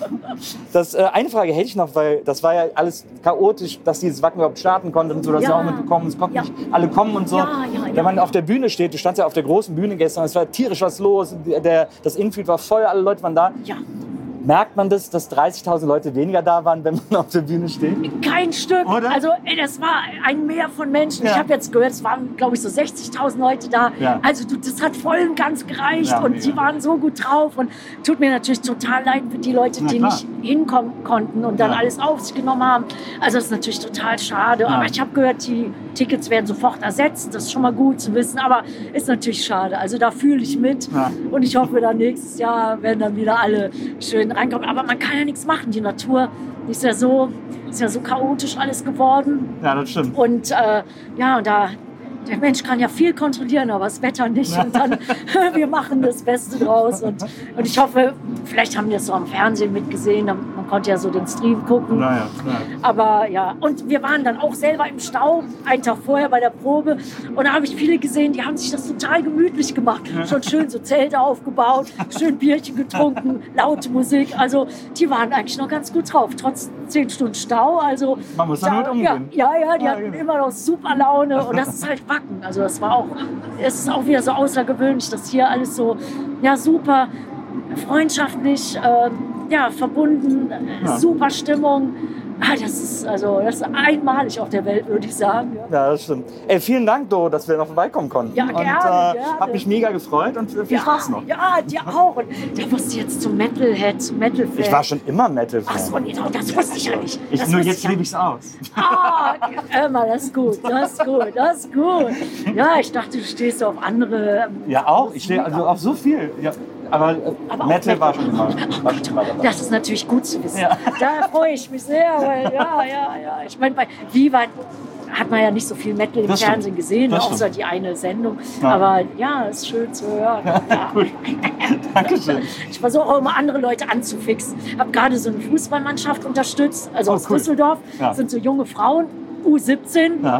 Das, äh, eine Frage hätte ich noch, weil das war ja alles chaotisch, dass dieses Wacken überhaupt starten konnte und so, dass Ja. ja auch mitbekommen, es konnten nicht alle kommen und so. Ja, ja, ja. Wenn man auf der Bühne steht, du standst ja auf der großen Bühne gestern, es war tierisch was los, der, das Infield war voll, alle Leute waren da. Ja. Merkt man das, dass dreißigtausend Leute weniger da waren, wenn man auf der Bühne steht? Kein Stück. Oder? Also ey, das war ein Meer von Menschen. Ja. Ich habe jetzt gehört, es waren, glaube ich, so sechzigtausend Leute da. Ja. Also du, das hat voll und ganz gereicht Ja, und mega. die waren so gut drauf. Und tut mir natürlich total leid für die Leute, Na die klar. nicht hinkommen konnten und dann Ja. alles auf sich genommen haben. Also das ist natürlich total schade. Ja. Aber ich habe gehört, die Tickets werden sofort ersetzt. Das ist schon mal gut zu wissen. Aber ist natürlich schade. Also da fühle ich mit. Ja. Und ich hoffe, dann nächstes Jahr werden dann wieder alle schön reinkommen. Aber man kann ja nichts machen. Die Natur ist ja so, ist ja so chaotisch alles geworden. Ja, das stimmt. Und äh, ja, und da, der Mensch kann ja viel kontrollieren, aber das Wetter nicht. Und dann, wir machen das Beste draus. Und, und ich hoffe, vielleicht haben die das so am Fernsehen mitgesehen. Man konnte ja so den Stream gucken. Naja, naja. Aber ja, und wir waren dann auch selber im Stau, einen Tag vorher bei der Probe. Und da habe ich viele gesehen, die haben sich das total gemütlich gemacht. Schon schön so Zelte aufgebaut, schön Bierchen getrunken, laute Musik. Also die waren eigentlich noch ganz gut drauf, trotz zehn Stunden Stau. Also, Man muss damit da- umgehen. Ja, ja, ja, die Ja, hatten genau. immer noch super Laune. Und das ist halt Wacken. Also das war auch, es ist auch wieder so außergewöhnlich, dass hier alles so, ja, super freundschaftlich, ähm, ja, verbunden, äh, Ja. super Stimmung. Ah, das ist also das ist einmalig auf der Welt, würde ich sagen. Ja. Ja, das stimmt. Ey, vielen Dank, Doro, dass wir noch vorbeikommen konnten. Ja, und gerne, äh, gerne. hab mich mega gefreut und äh, viel Ja, Spaß noch. Ja, dir auch. Und da wirst du jetzt zum Metalhead, zum Metal-Fan. Ich war schon immer Metal-Fan. Ach so, nee, das wusste ich ja nicht. Ich, das nur wusste jetzt ja lebe ich's aus. Ah, Emma, das ist gut, das ist gut, das ist gut. Ja, ich dachte, du stehst auf andere. ähm, Ja, auch. Ich stehe also auf so viel. Ja, aber, äh, Aber auch Metal war Metal. schon immer, war schon immer dabei. Das ist natürlich gut zu wissen. Da freue ich mich sehr, weil ja, ja, ja. Ich meine, bei Viva hat man ja nicht so viel Metal im Das stimmt. Fernsehen gesehen, Das außer stimmt. die eine Sendung. Ja. Aber ja, ist schön zu hören. Ja. Dankeschön. Ich versuche auch immer andere Leute anzufixen. Ich habe gerade so eine Fußballmannschaft unterstützt, also Oh, aus cool. Düsseldorf. Ja. Das sind so junge Frauen, U siebzehn. Ja.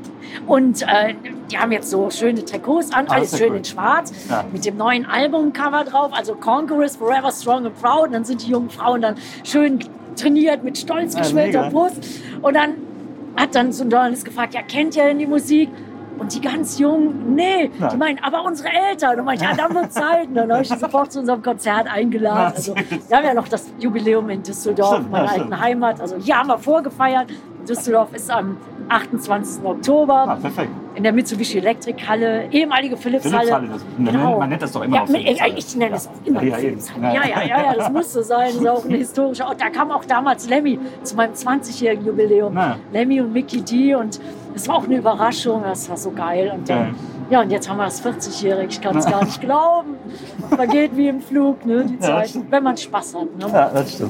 Und äh, die haben jetzt so schöne Trikots an, Ah, alles das ist ja schön cool. in schwarz, Ja. mit dem neuen Albumcover drauf, also Conquerors, Forever Strong and Proud. Und dann sind die jungen Frauen dann schön trainiert mit stolz Ja, geschwellter mega. Brust. Und dann hat dann so ein Journalist gefragt, ja, kennt ihr denn die Musik? Und die ganz Jungen, nee, Ja. die meinen, aber unsere Eltern. Und meinte, ja, dann wird Zeit. Und dann habe ich sie sofort zu unserem Konzert eingeladen. Ja, Also, sehr gut. wir haben ja noch das Jubiläum in Düsseldorf, Stimmt, meiner ja, alten stimmt. Heimat. Also hier haben wir vorgefeiert. Düsseldorf ist am achtundzwanzigsten Oktober. Ah, perfekt. In der Mitsubishi Electric Halle, ehemalige Philips-Halle. Philips-Halle, das- man- man nennt das doch immer ja, noch mit- Philips-Halle. Ich nenne es auch immer Ja, noch ja, Philips-Halle. eben. Ja, ja, ja, ja, das muss so sein. Das ist auch eine historische Ort. Da kam auch damals Lemmy zu meinem zwanzigjährigen Jubiläum. Ja. Lemmy und Mickey D. Und es war auch eine Überraschung. Das war so geil. Und dann, Geil. ja, und jetzt haben wir das vierzigjährige. Ich kann es gar nicht glauben. Vergeht wie im Flug, ne, die Ja, Zeit. stimmt. Wenn man Spaß hat. Ne? Ja, das stimmt.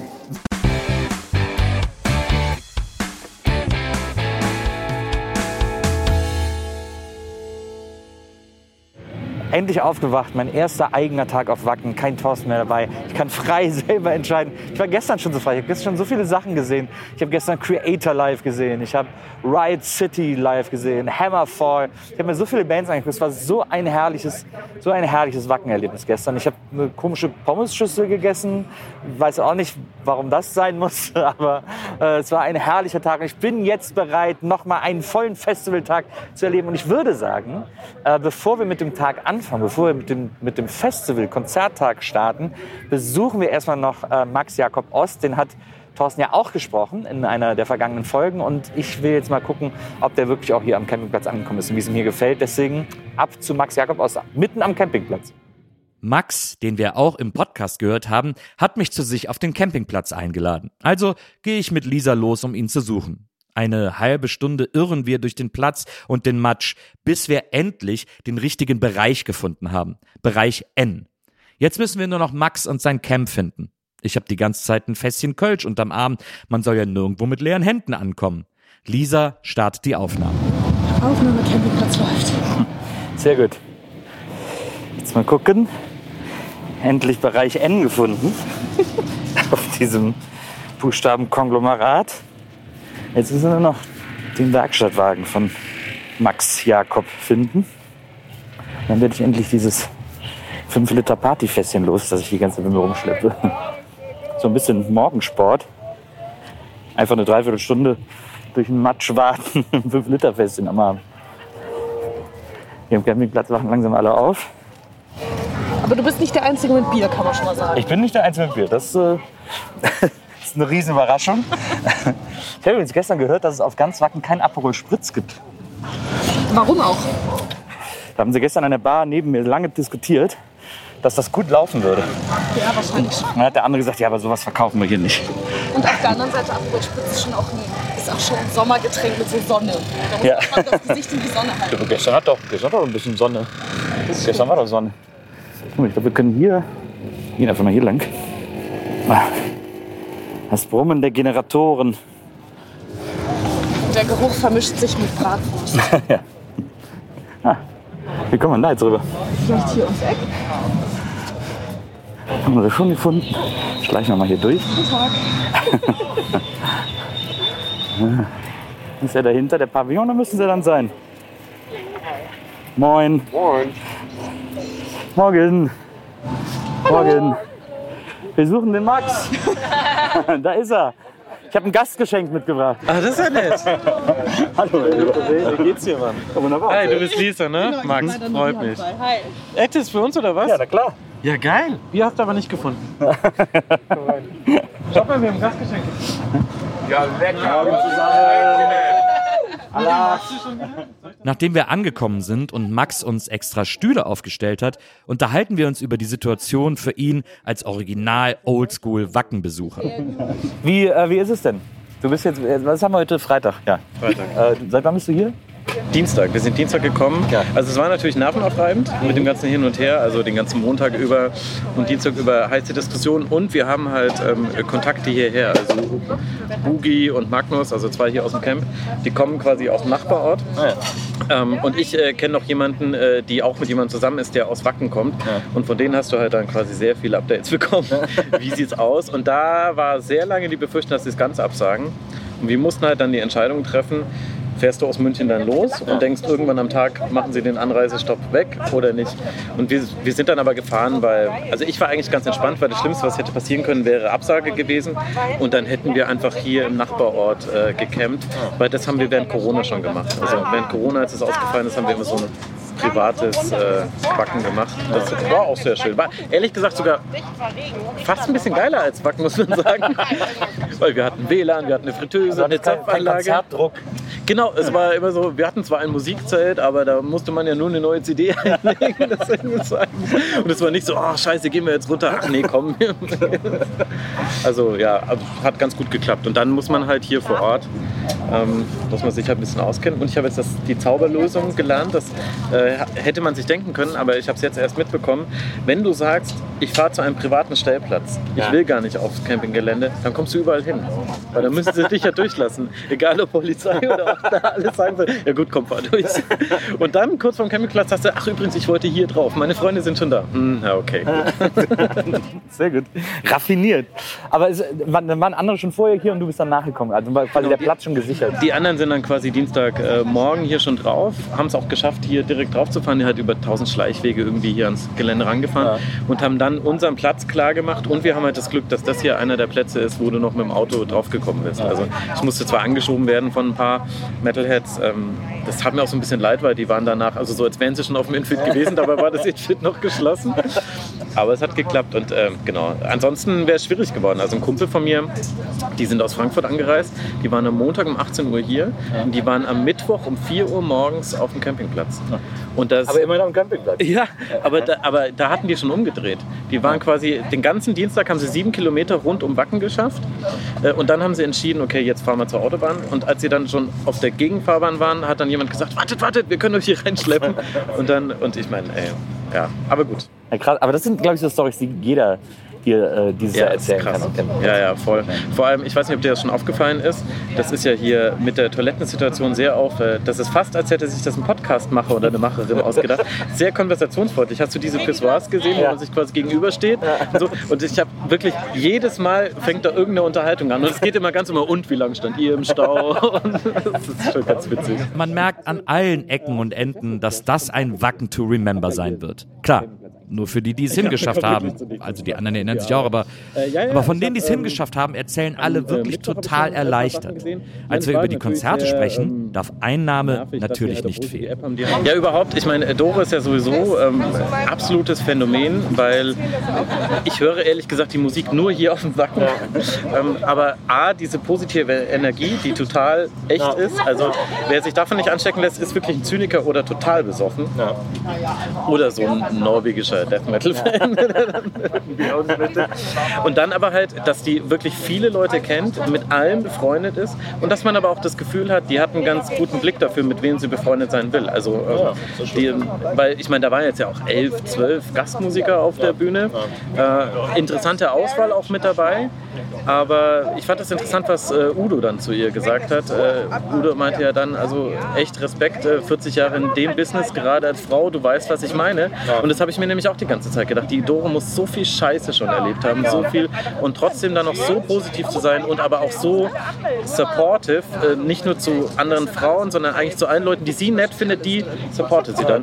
endlich aufgewacht, mein erster eigener Tag auf Wacken, kein Thorsten mehr dabei. Ich kann frei selber entscheiden. Ich war gestern schon so frei, ich habe gestern schon so viele Sachen gesehen. Ich habe gestern Creator live gesehen, ich habe Riot City live gesehen, Hammerfall. Ich habe mir so viele Bands angeguckt. Es war so ein herrliches, so ein herrliches Wacken-Erlebnis gestern. Ich habe eine komische Pommesschüssel gegessen, weiß auch nicht, warum das sein muss, aber äh, es war ein herrlicher Tag. Ich bin jetzt bereit, nochmal einen vollen Festivaltag zu erleben. Und ich würde sagen, äh, bevor wir mit dem Tag anfangen, bevor wir mit dem, mit dem Festival-Konzerttag starten, besuchen wir erstmal noch äh, Max Jakob Ost. Den hat Thorsten ja auch gesprochen in einer der vergangenen Folgen. Und ich will jetzt mal gucken, ob der wirklich auch hier am Campingplatz angekommen ist und wie es ihm hier gefällt. Deswegen ab zu Max Jakob Ost, mitten am Campingplatz. Max, den wir auch im Podcast gehört haben, hat mich zu sich auf den Campingplatz eingeladen. Also gehe ich mit Lisa los, um ihn zu suchen. Eine halbe Stunde irren wir durch den Platz und den Matsch, bis wir endlich den richtigen Bereich gefunden haben. Bereich N. Jetzt müssen wir nur noch Max und sein Camp finden. Ich habe die ganze Zeit ein Fässchen Kölsch unterm Arm. Man soll ja nirgendwo mit leeren Händen ankommen. Lisa startet die Aufnahme. Aufnahme, Campingplatz läuft. Sehr gut. Jetzt mal gucken. Endlich Bereich N gefunden. Auf diesem Buchstabenkonglomerat. Jetzt müssen wir noch den Werkstattwagen von Max Jakob finden. Dann werde ich endlich dieses fünf Liter Partyfässchen los, das ich die ganze Zeit mit mir rumschleppe. So ein bisschen Morgensport. Einfach eine Dreiviertelstunde durch den Matsch warten, ein fünf Liter Fässchen am Arm. Hier am Campingplatz wachen langsam alle auf. Aber du bist nicht der Einzige mit Bier, kann man schon mal sagen. Ich bin nicht der Einzige mit Bier. Das äh, ist eine riesen Überraschung. Ich habe übrigens gestern gehört, dass es auf ganz Wacken kein Aperol Spritz gibt. Warum auch? Da haben sie gestern an der Bar neben mir lange diskutiert, dass das gut laufen würde. Ja, wahrscheinlich schon. Dann hat der andere gesagt, ja, aber sowas verkaufen wir hier nicht. Und auf der anderen Seite, Aperol Spritz ist schon auch ein, ist auch schon ein Sommergetränk mit so Sonne. Da muss Ja. man das Gesicht in die Sonne halten. Ja, gestern hat doch, gestern hat doch ein bisschen Sonne. Gestern war doch Sonne. Ich glaube, wir können hier, gehen einfach mal hier lang. Das Brummen der Generatoren. Der Geruch vermischt sich mit Bratwurst. Ja. Ah, wie kommen wir denn da jetzt rüber? Vielleicht hier ums Eck. Haben wir das schon gefunden? Schleichen wir mal hier durch. Guten Tag. Ist ja dahinter der Pavillon, da müssen sie dann sein. Moin. Moin. Morgen. Morgen. Wir suchen den Max. Da ist er. Ich habe ein Gastgeschenk mitgebracht. Ah, das ist ja nett. Hallo, wie geht's dir, Mann? Ja, wunderbar. Hi, du bist Lisa, ne? Max, freut mich. Hi. Echt, ist für uns oder was? Ja, na klar. Ja, geil. Ihr habt aber nicht gefunden. Schaut mal, wir haben ein Gastgeschenk. Ja, lecker. Nachdem wir angekommen sind und Max uns extra Stühle aufgestellt hat, unterhalten wir uns über die Situation für ihn als Original-Oldschool-Wacken-Besucher. Wie, äh, wie ist es denn? Du bist jetzt, was haben wir heute? Freitag, ja. Freitag. Äh, seit wann bist du hier? Dienstag. Wir sind Dienstag gekommen. Ja. Also es war natürlich nervenaufreibend mit dem ganzen Hin und Her, also den ganzen Montag über und Dienstag über heiße Diskussionen. Und wir haben halt ähm, Kontakte hierher. Also Bugi und Magnus, also zwei hier aus dem Camp, die kommen quasi aus dem Nachbarort. Ah, ja. Ähm, und ich äh, kenne noch jemanden, äh, die auch mit jemandem zusammen ist, der aus Wacken kommt. Ja. Und von denen hast du halt dann quasi sehr viele Updates bekommen. Wie sieht's aus? Und da war sehr lange die Befürchtung, dass sie es ganz absagen. Und wir mussten halt dann die Entscheidung treffen, fährst du aus München dann los und denkst, irgendwann am Tag machen sie den Anreisestopp weg oder nicht. Und wir, wir sind dann aber gefahren, weil, also ich war eigentlich ganz entspannt, weil das Schlimmste, was hätte passieren können, wäre Absage gewesen. Und dann hätten wir einfach hier im Nachbarort äh, gecampt, weil das haben wir während Corona schon gemacht. Also während Corona, als es ausgefallen ist, haben wir immer so ein privates äh, Wacken gemacht. Das war auch sehr schön. War ehrlich gesagt sogar fast ein bisschen geiler als Wacken, muss man sagen. Weil wir hatten W L A N, wir hatten eine Fritteuse, eine Zapfanlage. Konzertdruck. Genau, es war immer so, wir hatten zwar ein Musikzelt, aber da musste man ja nur eine neue C D einlegen. Das und es war nicht so, oh scheiße, gehen wir jetzt runter. Ach nee, komm. Also ja, hat ganz gut geklappt. Und dann muss man halt hier vor Ort Ähm, muss man sich halt ein bisschen auskennen. Und ich habe jetzt das, die Zauberlösung gelernt. Das äh, hätte man sich denken können, aber ich habe es jetzt erst mitbekommen. Wenn du sagst, ich fahre zu einem privaten Stellplatz, ich will gar nicht aufs Campinggelände, dann kommst du überall hin. Weil dann müssen sie dich ja durchlassen. Egal ob Polizei oder auch da alles sagen soll, ja gut, komm, fahr durch. Und dann kurz vorm Campingplatz sagst du, ach übrigens, ich wollte hier drauf. Meine Freunde sind schon da. Hm, ja, okay. Sehr gut. Raffiniert. Aber es, waren, waren andere schon vorher hier und du bist dann nachgekommen. Also war quasi der Platz schon gesichert. Die anderen sind dann quasi Dienstagmorgen äh, hier schon drauf, haben es auch geschafft, hier direkt drauf zu fahren. Die halt über tausend Schleichwege irgendwie hier ans Gelände rangefahren ja. und haben dann unseren Platz klar gemacht. Und wir haben halt das Glück, dass das hier einer der Plätze ist, wo du noch mit dem Auto draufgekommen bist. Ja. Also ich musste zwar angeschoben werden von ein paar Metalheads. Ähm, das hat mir auch so ein bisschen leid, weil die waren danach, also so als wären sie schon auf dem Infit gewesen, dabei war das Infit noch geschlossen. Aber es hat geklappt und ähm, genau. Ansonsten wäre es schwierig geworden. Also ein Kumpel von mir, die sind aus Frankfurt angereist, die waren am Montag um achtzehn Uhr hier ja. und die waren am Mittwoch um vier Uhr morgens auf dem Campingplatz. Und das, aber immer noch am Campingplatz? Ja, aber da, aber da hatten die schon umgedreht. Die waren quasi, den ganzen Dienstag haben sie sieben Kilometer rund um Wacken geschafft äh, und dann haben sie entschieden, okay, jetzt fahren wir zur Autobahn. Und als sie dann schon auf der Gegenfahrbahn waren, hat dann jemand gesagt, wartet, wartet, wir können euch hier reinschleppen. Und dann, und ich meine, ey, ja, aber gut. Ja, krass. Aber das sind, glaube ich, so Storys, die jeder hier äh, dieses ja, Jahr erzählen krass. kann. Ja, ja, voll. Vor allem, ich weiß nicht, ob dir das schon aufgefallen ist, das ist ja hier mit der Toilettensituation sehr auf, äh, das ist fast, als hätte sich das ein Podcast-Macher oder eine Macherin ausgedacht. Sehr konversationsfreundlich. Hast du diese Pissoirs gesehen, ja. wo man sich quasi gegenübersteht? Ja. Und, so. Und ich habe wirklich, jedes Mal fängt da irgendeine Unterhaltung an. Und es geht immer ganz immer, und wie lange stand ihr im Stau? Und das ist schon ganz witzig. Man merkt an allen Ecken und Enden, dass das ein Wacken to Remember sein wird. Klar. Nur für die, die es hingeschafft haben. Also die anderen erinnern sich auch, aber, aber von denen, die es hingeschafft haben, erzählen alle wirklich total erleichtert. Als wir über die Konzerte sprechen, darf ein Name natürlich nicht fehlen. Ja, überhaupt. Ich meine, Dore ist ja sowieso ähm, absolutes Phänomen, weil ich höre ehrlich gesagt die Musik nur hier auf dem Wacken. ähm, aber A, diese positive Energie, die total echt ist. Also wer sich davon nicht anstecken lässt, ist wirklich ein Zyniker oder total besoffen. Oder so ein norwegischer Death Metal Fan. Und dann aber halt, dass die wirklich viele Leute kennt, mit allen befreundet ist und dass man aber auch das Gefühl hat, die hat einen ganz guten Blick dafür, mit wem sie befreundet sein will. Also, äh, die, weil ich meine, da waren jetzt ja auch elf, zwölf Gastmusiker auf der Bühne. Äh, interessante Auswahl auch mit dabei. Aber ich fand das interessant, was äh, Udo dann zu ihr gesagt hat. Äh, Udo meinte ja dann, also echt Respekt, äh, vierzig Jahre in dem Business, gerade als Frau, du weißt, was ich meine. Und das habe ich mir nämlich auch die ganze Zeit gedacht. Die Dore muss so viel Scheiße schon erlebt haben, so viel und trotzdem dann noch so positiv zu sein und aber auch so supportive, äh, nicht nur zu anderen Frauen, sondern eigentlich zu allen Leuten, die sie nett findet, die supportet sie dann.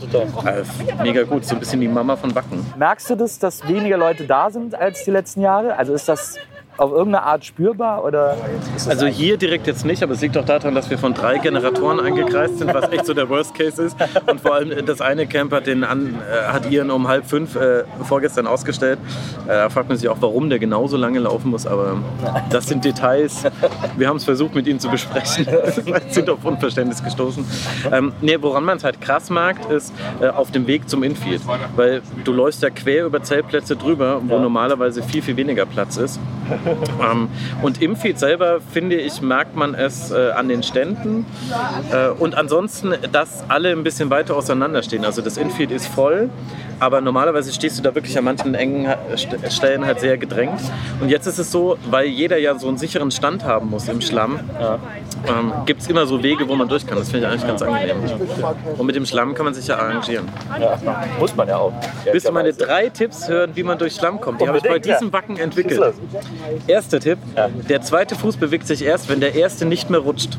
Äh, mega gut, so ein bisschen die Mama von Wacken. Merkst du das, dass weniger Leute da sind als die letzten Jahre? Also ist das auf irgendeine Art spürbar? Oder also hier direkt jetzt nicht, aber es liegt auch daran, dass wir von drei Generatoren angekreist sind, was echt so der Worst Case ist. Und vor allem das eine Camp hat, den an, äh, hat ihren um halb fünf äh, vorgestern ausgestellt. Äh, da fragt man sich auch, warum der genauso lange laufen muss, aber das sind Details. Wir haben es versucht, mit ihnen zu besprechen. Wir sind auf Unverständnis gestoßen. Ähm, nee, woran man es halt krass merkt, ist äh, auf dem Weg zum Infield. Weil du läufst ja quer über Zeltplätze drüber, wo normalerweise viel, viel weniger Platz ist. Ähm, und im Feed selber, finde ich, merkt man es äh, an den Ständen äh, und ansonsten, dass alle ein bisschen weiter auseinander stehen. Also das Infeed ist voll, aber normalerweise stehst du da wirklich an manchen engen Stellen halt sehr gedrängt. Und jetzt ist es so, weil jeder ja so einen sicheren Stand haben muss im Schlamm, ja. ähm, gibt es immer so Wege, wo man durch kann. Das finde ich eigentlich ganz angenehm. Und mit dem Schlamm kann man sich ja arrangieren. Ja, muss man ja auch. Willst du meine drei Tipps hören, wie man durch Schlamm kommt? Die habe ich bei diesem Wacken entwickelt. Erster Tipp, der zweite Fuß bewegt sich erst, wenn der erste nicht mehr rutscht.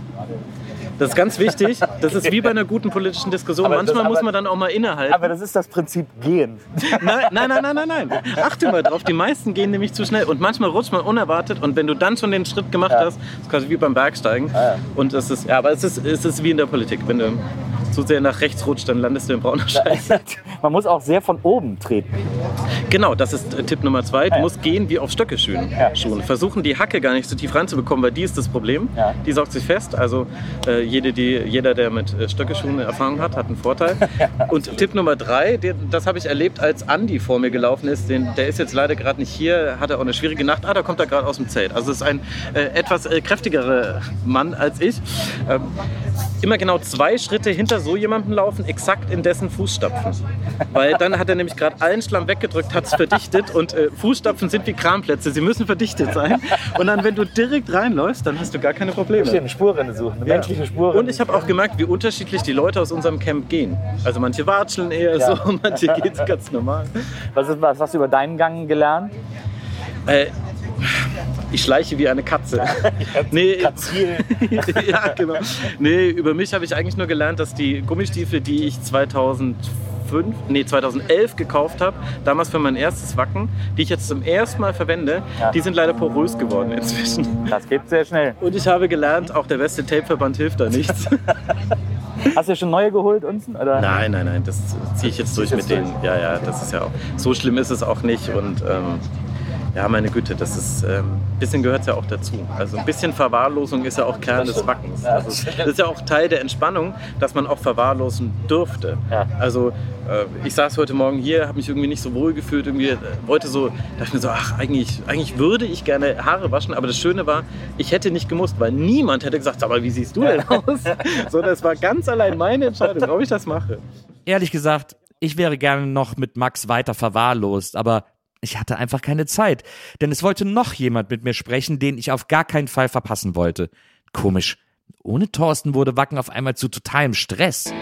Das ist ganz wichtig. Das ist wie bei einer guten politischen Diskussion. Aber Manchmal das, muss man dann auch mal innehalten. Aber das ist das Prinzip Gehen. Nein, nein, nein, nein, nein, nein. Achte mal drauf, die meisten gehen nämlich zu schnell. Und manchmal rutscht man unerwartet. Und wenn du dann schon den Schritt gemacht ja. hast, ist quasi wie beim Bergsteigen. Ah, ja. Und es ist, ja, aber es ist, es ist wie in der Politik. Wenn du zu sehr nach rechts rutscht, dann landest du in brauner Scheiße. Man muss auch sehr von oben treten. Genau, das ist äh, Tipp Nummer zwei. Du musst gehen wie auf Stöckeschuhen. Ja. Schon. Versuchen, die Hacke gar nicht so tief reinzubekommen, weil die ist das Problem. Ja. Die saugt sich fest. Also äh, jede, die, jeder, der mit äh, Stöckeschuhen Erfahrung hat, hat einen Vorteil. Und Tipp Nummer drei, der, das habe ich erlebt, als Andi vor mir gelaufen ist. Den, der ist jetzt leider gerade nicht hier, hatte auch eine schwierige Nacht. Ah, da kommt er gerade aus dem Zelt. Also es ist ein äh, etwas äh, kräftigerer Mann als ich. Ähm, immer genau zwei Schritte hinter so jemandem laufen, exakt in dessen Fußstapfen. Weil dann hat er nämlich gerade allen Schlamm weggedrückt, hat es verdichtet und äh, Fußstapfen sind wie Kramplätze, sie müssen verdichtet sein. Und dann, wenn du direkt reinläufst, dann hast du gar keine Probleme. Eine Spurrinne suchen, eine ja. menschliche Spurrinne. Und ich habe auch gemerkt, wie unterschiedlich die Leute aus unserem Camp gehen. Also manche watscheln eher ja. so, manche gehen ganz normal. Was, ist, was hast du über deinen Gang gelernt? Äh, Ich schleiche wie eine Katze. Nee, ja, genau. Nee, über mich habe ich eigentlich nur gelernt, dass die Gummistiefel, die ich zweitausendfünf, nee, zweitausendelf gekauft habe, damals für mein erstes Wacken, die ich jetzt zum ersten Mal verwende, ja. die sind leider porös geworden inzwischen. Das geht sehr schnell. Und ich habe gelernt, auch der beste Tapeverband hilft da nichts. Hast du schon neue geholt unten? Oder? Nein, nein, nein, das ziehe ich jetzt durch mit denen. Ja, ja, das ist ja auch, so schlimm ist es auch nicht und ähm, ja, meine Güte, das ist, ein ähm, bisschen gehört es ja auch dazu. Also ein bisschen Verwahrlosung ist ja auch Kern des Wackens. Also, das ist ja auch Teil der Entspannung, dass man auch verwahrlosen dürfte. Ja. Also äh, ich saß heute Morgen hier, habe mich irgendwie nicht so wohl gefühlt, irgendwie äh, wollte so, dachte mir so, ach, eigentlich, eigentlich würde ich gerne Haare waschen, aber das Schöne war, ich hätte nicht gemusst, weil niemand hätte gesagt, aber wie siehst du denn aus? So, das war ganz allein meine Entscheidung, ob ich das mache. Ehrlich gesagt, ich wäre gerne noch mit Max weiter verwahrlost, aber ich hatte einfach keine Zeit, denn es wollte noch jemand mit mir sprechen, den ich auf gar keinen Fall verpassen wollte. Komisch, ohne Thorsten wurde Wacken auf einmal zu totalem Stress.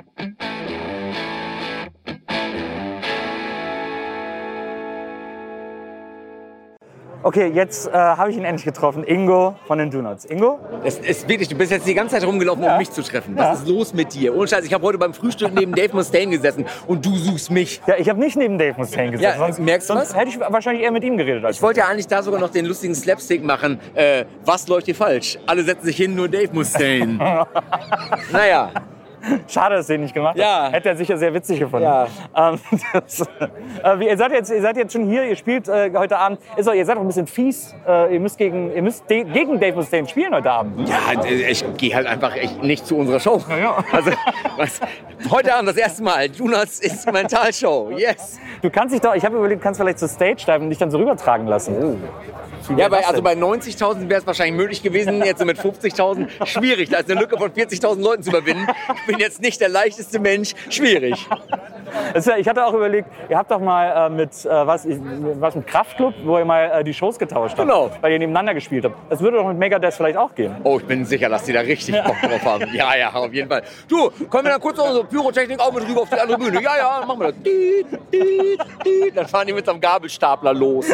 Okay, jetzt äh, habe ich ihn endlich getroffen. Ingo von den Do-Nots. Ingo? Es ist wirklich, du bist jetzt die ganze Zeit rumgelaufen, um ja. mich zu treffen. Was ja. ist los mit dir? Ohne Scheiß, ich habe heute beim Frühstück neben Dave Mustaine gesessen und du suchst mich. Ja, ich habe nicht neben Dave Mustaine gesessen. Ja, sonst, merkst du sonst was? hätte ich wahrscheinlich eher mit ihm geredet. Als ich wollte ja eigentlich da sogar noch den lustigen Slapstick machen. Äh, was läuft hier falsch? Alle setzen sich hin, nur Dave Mustaine. Naja. Schade, dass er ihn nicht gemacht hat. Ja. Hätte er sicher sehr witzig gefunden. Ja. Ähm, das, äh, ihr, seid jetzt, ihr seid jetzt schon hier, ihr spielt äh, heute Abend. Ist auch, ihr seid auch ein bisschen fies. Äh, ihr müsst, gegen, ihr müsst de- gegen Dave Mustaine spielen heute Abend. Ja, ich gehe halt einfach echt nicht zu unserer Show. Ja, ja. Also, was, heute Abend das erste Mal. Jonas Instrumentalshow. Yes. Du kannst dich doch, ich habe überlegt, du kannst vielleicht zur Stage diven und dich dann so rübertragen lassen. Oh. Ja, bei, also bei neunzigtausend wäre es wahrscheinlich möglich gewesen, jetzt so mit fünfzigtausend schwierig. Da ist eine Lücke von vierzigtausend Leuten zu überwinden. Ich bin jetzt nicht der leichteste Mensch, schwierig. Das ist, ich hatte auch überlegt, ihr habt doch mal äh, mit, äh, was, was mit Kraftklub, wo ihr mal äh, die Shows getauscht habt, genau. weil ihr nebeneinander gespielt habt. Das würde doch mit Megadeth vielleicht auch gehen. Oh, ich bin sicher, dass die da richtig Bock drauf haben. Ja, ja, auf jeden Fall. Du, kommen wir dann kurz unsere Pyrotechnik auch mit rüber auf die andere Bühne. Ja, ja, machen wir das. Diet, diet, diet. Dann fahren die mit so einem Gabelstapler los.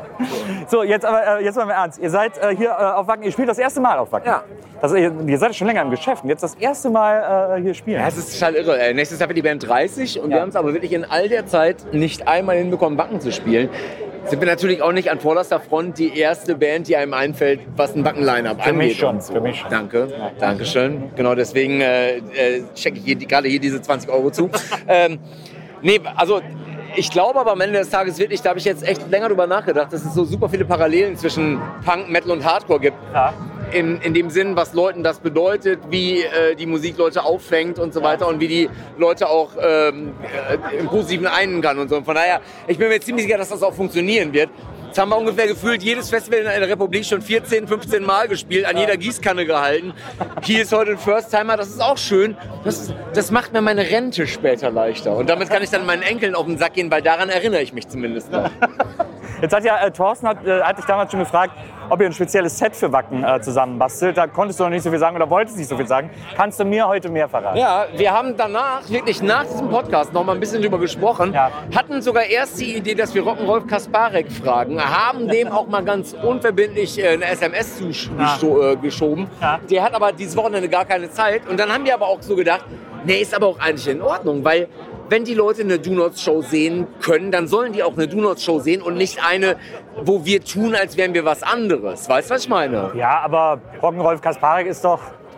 So, jetzt aber äh, jetzt mal im Ernst. Ihr seid äh, hier äh, auf Wacken, ihr spielt das erste Mal auf Wacken. Ja. Das, ihr, ihr seid schon länger im Geschäft und jetzt das erste Mal äh, hier spielen. Ja, das ist total irre. Äh, nächstes Jahr wird die Band dreißig und ja. wir haben es aber wirklich in all der Zeit nicht einmal hinbekommen, Wacken zu spielen. Sind wir natürlich auch nicht an vorderster Front die erste Band, die einem einfällt, was ein Wacken-Line-Up angeht. Für mich schon, so. für mich schon. Danke, ja. Dankeschön. Genau deswegen äh, äh, checke ich hier, gerade hier diese zwanzig Euro zu. ähm, nee, also ich glaube aber am Ende des Tages wirklich, da habe ich jetzt echt länger drüber nachgedacht, dass es so super viele Parallelen zwischen Punk, Metal und Hardcore gibt. Ja. In, in dem Sinn, was Leuten das bedeutet, wie äh, die Musik Leute auffängt und so weiter und wie die Leute auch ähm, äh, im Positiven einen kann und so. Und von daher, ich bin mir ziemlich sicher, dass das auch funktionieren wird. Jetzt haben wir ungefähr gefühlt jedes Festival in der Republik schon vierzehn, fünfzehn Mal gespielt, an jeder Gießkanne gehalten. Hier ist heute ein First-Timer, das ist auch schön. Das, ist, das macht mir meine Rente später leichter. Und damit kann ich dann meinen Enkeln auf den Sack gehen, weil daran erinnere ich mich zumindest noch. Jetzt hat ja äh, Thorsten hat, äh, hat dich damals schon gefragt, ob ihr ein spezielles Set für Wacken äh, zusammenbastelt. Da konntest du noch nicht so viel sagen oder wolltest nicht so viel sagen. Kannst du mir heute mehr verraten? Ja, wir haben danach, wirklich nach diesem Podcast, noch mal ein bisschen drüber gesprochen. Ja. Hatten sogar erst die Idee, dass wir Rock'n'Rolf Kasparek fragen. Haben dem auch mal ganz unverbindlich äh, eine S M S zugeschoben. Ja. Äh, Der hat aber dieses Wochenende gar keine Zeit. Und dann haben wir aber auch so gedacht, nee, ist aber auch eigentlich in Ordnung, weil wenn die Leute eine Do-Nots-Show sehen können, dann sollen die auch eine Do-Nots-Show sehen und nicht eine, wo wir tun, als wären wir was anderes. Weißt du, was ich meine? Ja, aber Rock'n'Rolf Kasparek ist doch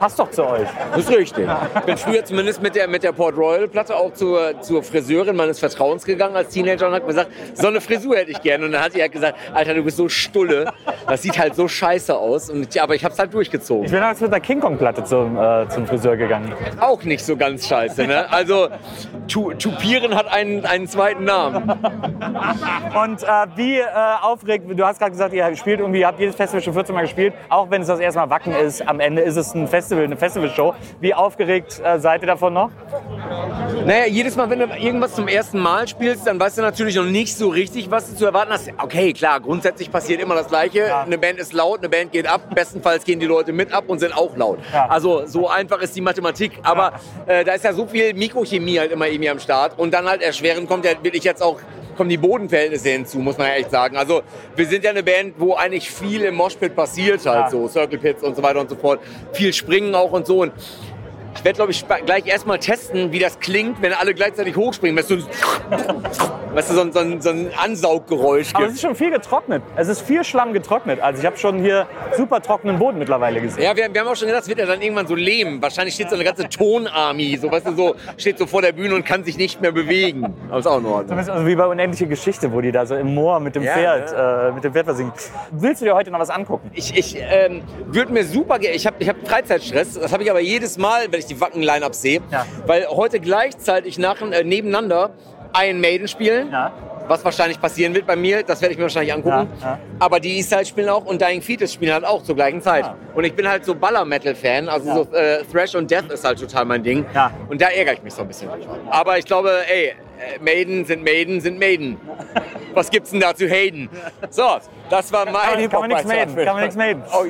Passt doch zu euch. Das ist richtig. Ich bin früher zumindest mit der, mit der Port Royal Platte auch zur, zur Friseurin meines Vertrauens gegangen als Teenager und hat gesagt, so eine Frisur hätte ich gerne. Und dann hat sie halt gesagt, Alter, du bist so stulle. Das sieht halt so scheiße aus. Und, aber ich hab's halt durchgezogen. Ich bin jetzt mit der King Kong Platte zum, äh, zum Friseur gegangen. Auch nicht so ganz scheiße, ne? Also, tu, tupieren hat einen, einen zweiten Namen. Und äh, wie äh, aufregend, du hast gerade gesagt, ihr spielt irgendwie, ihr habt jedes Festival schon vierzehn Mal gespielt, auch wenn es das erste Mal Wacken ist, am Ende ist es ein Festival, eine Festivalshow. Wie aufgeregt äh, seid ihr davon noch? Naja, jedes Mal, wenn du irgendwas zum ersten Mal spielst, dann weißt du natürlich noch nicht so richtig, was du zu erwarten hast. Okay, klar, grundsätzlich passiert immer das Gleiche. Ja. Eine Band ist laut, eine Band geht ab, bestenfalls gehen die Leute mit ab und sind auch laut. Ja. Also so einfach ist die Mathematik, aber ja. äh, da ist ja so viel Mikrochemie halt immer irgendwie am Start und dann halt erschwerend kommt ja wirklich jetzt auch kommen die Bodenverhältnisse hinzu, muss man ja echt sagen. Also wir sind ja eine Band, wo eigentlich viel im Moshpit passiert halt ja. so, Circle Pits und so weiter und so fort. Viel Springen auch und so und ich werde, glaube ich, gleich erstmal testen, wie das klingt, wenn alle gleichzeitig hochspringen. Weißt du, weißt du so, ein, so, ein, so ein Ansauggeräusch gibt. Aber es ist schon viel getrocknet. Es ist viel Schlamm getrocknet. Also ich habe schon hier super trockenen Boden mittlerweile gesehen. Ja, wir, wir haben auch schon gedacht, es wird ja dann irgendwann so Lehm. Wahrscheinlich steht so eine ganze Tonarmee, so, weißt du, so, steht so vor der Bühne und kann sich nicht mehr bewegen. Aber ist auch in Ordnung. Also wie bei Unendliche Geschichte, wo die da so im Moor mit dem ja, Pferd, ja. Äh, mit dem Pferd versinken. Willst du dir heute noch was angucken? Ich, ich ähm, würde mir super gerne, ich habe ich hab Freizeitstress, das habe ich aber jedes Mal, wenn ich die Wacken-Line-Up sehe, ja. weil heute gleichzeitig nach, äh, nebeneinander Iron Maiden spielen, ja. was wahrscheinlich passieren wird bei mir, das werde ich mir wahrscheinlich angucken, ja, ja. aber die Eastside spielen auch und Dying Fetus spielen halt auch zur gleichen Zeit. Ja. Und ich bin halt so Baller-Metal-Fan, also ja. so äh, Thrash und Death ist halt total mein Ding ja. und da ärgere ich mich so ein bisschen. Aber ich glaube, ey, Maiden sind Maiden sind Maiden. Was gibt's denn da zu haten? So, das war mein Hip-Hop. Kann man nichts maiden, kann man nichts maiden. Oh,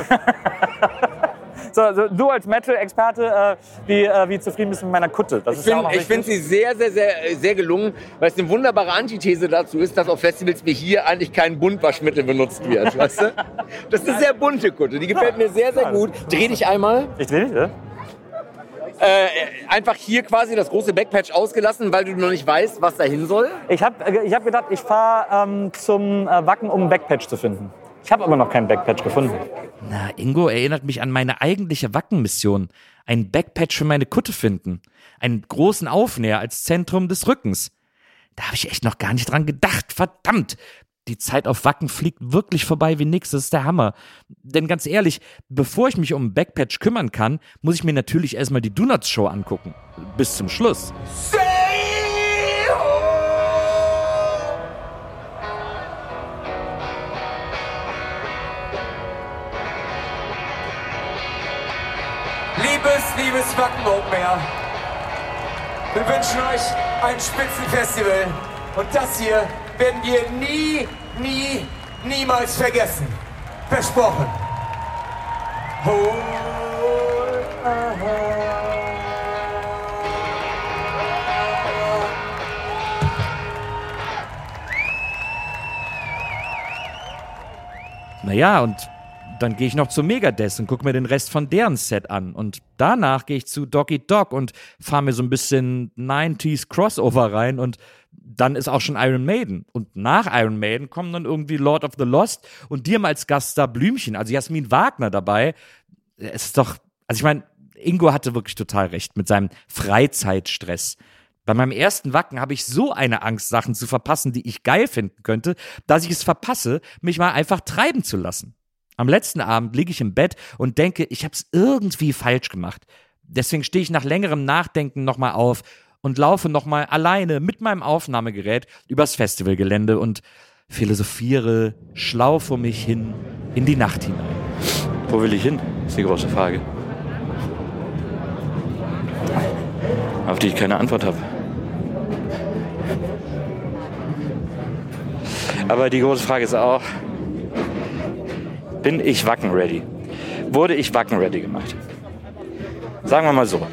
So, also du als Metal-Experte, äh, wie, äh, wie zufrieden bist du mit meiner Kutte? Das ich finde find sie sehr, sehr, sehr, sehr gelungen, weil es eine wunderbare Antithese dazu ist, dass auf Festivals wie hier eigentlich kein Buntwaschmittel benutzt wird. Weißt du? Das ist eine sehr bunte Kutte, die gefällt mir sehr, sehr gut. Dreh dich einmal. Ich dreh dich, ja? Äh, einfach hier quasi das große Backpatch ausgelassen, weil du noch nicht weißt, was dahin soll? Ich habe ich hab gedacht, ich fahre ähm, zum äh, Wacken, um ein Backpatch zu finden. Ich habe aber noch keinen Backpatch gefunden. Na, Ingo erinnert mich an meine eigentliche Wacken-Mission. Ein Backpatch für meine Kutte finden. Einen großen Aufnäher als Zentrum des Rückens. Da habe ich echt noch gar nicht dran gedacht. Verdammt! Die Zeit auf Wacken fliegt wirklich vorbei wie nix. Das ist der Hammer. Denn ganz ehrlich, bevor ich mich um ein Backpatch kümmern kann, muss ich mir natürlich erstmal die Donuts-Show angucken. Bis zum Schluss. Liebes, liebes Wacken Open Air. Wir wünschen euch ein Spitzenfestival. Und das hier werden wir nie, nie, niemals vergessen. Versprochen. Hold my hand. Naja, und dann gehe ich noch zu Megadeth und gucke mir den Rest von deren Set an. Und danach gehe ich zu Dog Eat Dog und fahre mir so ein bisschen neunziger Crossover rein. Und dann ist auch schon Iron Maiden. Und nach Iron Maiden kommen dann irgendwie Lord of the Lost und die haben als Gaststar Blümchen, also Jasmin Wagner dabei. Es ist doch, also ich meine, Ingo hatte wirklich total recht mit seinem Freizeitstress. Bei meinem ersten Wacken habe ich so eine Angst, Sachen zu verpassen, die ich geil finden könnte, dass ich es verpasse, mich mal einfach treiben zu lassen. Am letzten Abend liege ich im Bett und denke, ich habe es irgendwie falsch gemacht. Deswegen stehe ich nach längerem Nachdenken nochmal auf und laufe nochmal alleine mit meinem Aufnahmegerät übers Festivalgelände und philosophiere schlau vor mich hin in die Nacht hinein. Wo will ich hin, ist die große Frage. Auf die ich keine Antwort habe. Aber die große Frage ist auch, bin ich Wacken-ready? Wurde ich Wacken-ready gemacht? Sagen wir mal so.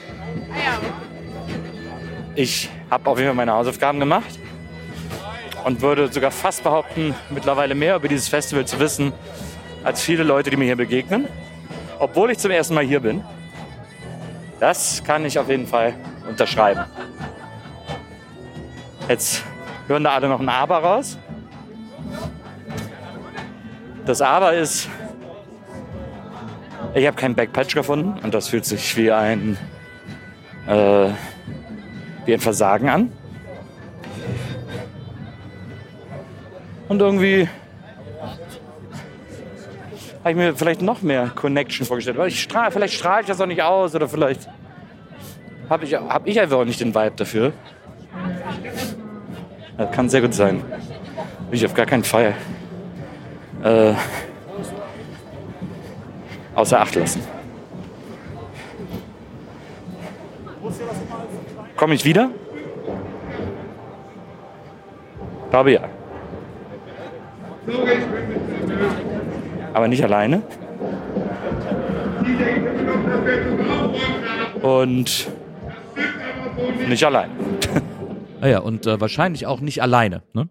Ich habe auf jeden Fall meine Hausaufgaben gemacht und würde sogar fast behaupten, mittlerweile mehr über dieses Festival zu wissen, als viele Leute, die mir hier begegnen. Obwohl ich zum ersten Mal hier bin. Das kann ich auf jeden Fall unterschreiben. Jetzt hören da alle noch ein Aber raus. Das Aber ist, Ich habe keinen Backpatch gefunden und das fühlt sich wie ein, äh, wie ein Versagen an. Und irgendwie habe ich mir vielleicht noch mehr Connection vorgestellt. Aber ich strahl, vielleicht strahle ich das auch nicht aus oder vielleicht habe ich, hab ich einfach auch nicht den Vibe dafür. Das kann sehr gut sein. Will ich auf gar keinen Fall äh, außer Acht lassen. Komme ich wieder? Glaube ja. Aber nicht alleine. Und nicht allein. Ah ja, und äh, wahrscheinlich auch nicht alleine, ne?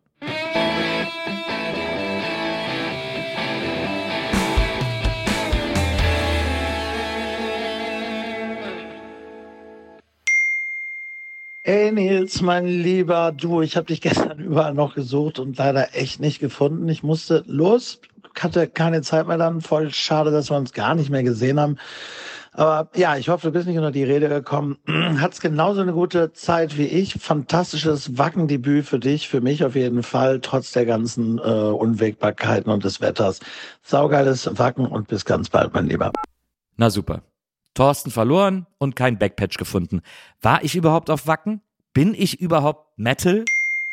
Ey Nils, mein Lieber, du, ich habe dich gestern überall noch gesucht und leider echt nicht gefunden. Ich musste los, hatte keine Zeit mehr dann. Voll schade, dass wir uns gar nicht mehr gesehen haben. Aber ja, ich hoffe, du bist nicht unter die Rede gekommen. Hat's genauso eine gute Zeit wie ich. Fantastisches Wackendebüt für dich, für mich auf jeden Fall, trotz der ganzen äh, Unwägbarkeiten und des Wetters. Saugeiles Wacken und bis ganz bald, mein Lieber. Na super. Thorsten verloren und kein Backpatch gefunden. War ich überhaupt auf Wacken? Bin ich überhaupt Metal?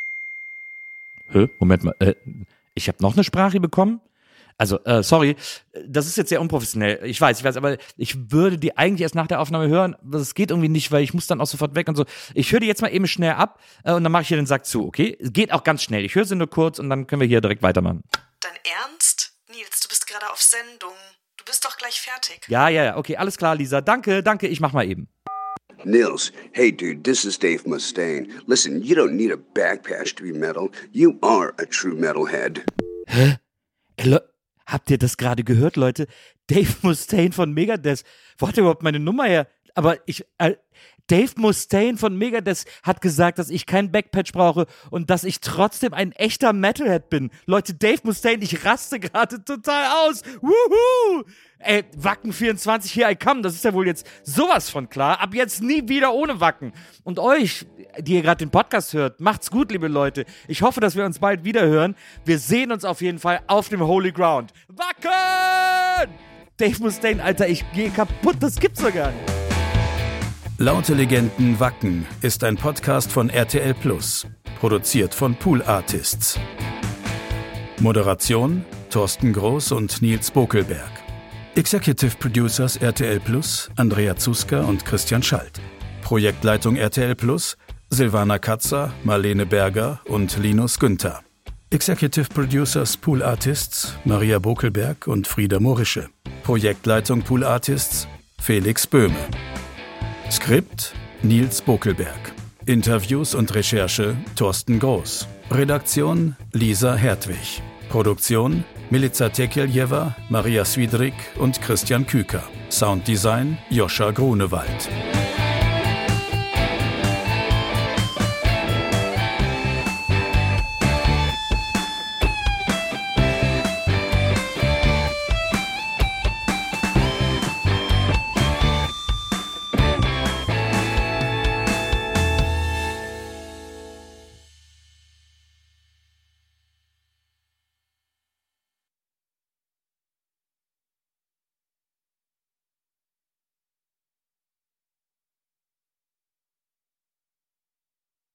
Hä? Moment mal. Äh, ich habe noch eine Sprache bekommen? Also, äh, sorry, das ist jetzt sehr unprofessionell. Ich weiß, ich weiß, aber ich würde die eigentlich erst nach der Aufnahme hören. Das geht irgendwie nicht, weil ich muss dann auch sofort weg und so. Ich höre die jetzt mal eben schnell ab äh, und dann mache ich hier den Sack zu, okay? Es geht auch ganz schnell. Ich höre sie nur kurz und dann können wir hier direkt weitermachen. Dein Ernst? Nils, du bist gerade auf Sendung. Du bist doch gleich fertig. Ja, ja, ja, okay, alles klar, Lisa. Danke, danke, ich mach mal eben. Nils, hey dude, this is Dave Mustaine. Listen, you don't need a backpatch to be metal. You are a true metalhead. Hä? Ey, Le- Habt ihr das gerade gehört, Leute? Dave Mustaine von Megadeth. Wo hat er überhaupt meine Nummer her? Aber ich... Äh, Dave Mustaine von Megadeth hat gesagt, dass ich keinen Backpatch brauche und dass ich trotzdem ein echter Metalhead bin. Leute, Dave Mustaine, ich raste gerade total aus. Wuhu! Ey, Wacken vierundzwanzig, here I come. Das ist ja wohl jetzt sowas von klar. Ab jetzt nie wieder ohne Wacken. Und euch, die ihr gerade den Podcast hört, macht's gut, liebe Leute. Ich hoffe, dass wir uns bald wieder hören. Wir sehen uns auf jeden Fall auf dem Holy Ground. Wacken! Dave Mustaine, Alter, ich gehe kaputt. Das gibt's doch gar nicht. Laute Legenden Wacken ist ein Podcast von R T L Plus, produziert von Pool Artists. Moderation Thorsten Groß und Nils Bokelberg. Executive Producers R T L Plus, Andrea Zuska und Christian Schalt. Projektleitung R T L Plus, Silvana Katzer, Marlene Berger und Linus Günther. Executive Producers Pool Artists, Maria Bokelberg und Frieda Morische. Projektleitung Pool Artists, Felix Böhme. Skript Nils Bokelberg. Interviews und Recherche Thorsten Groß. Redaktion Lisa Hertwig. Produktion Milica Tekeljewa, Maria Swidrik und Christian Küker. Sounddesign Joscha Grunewald.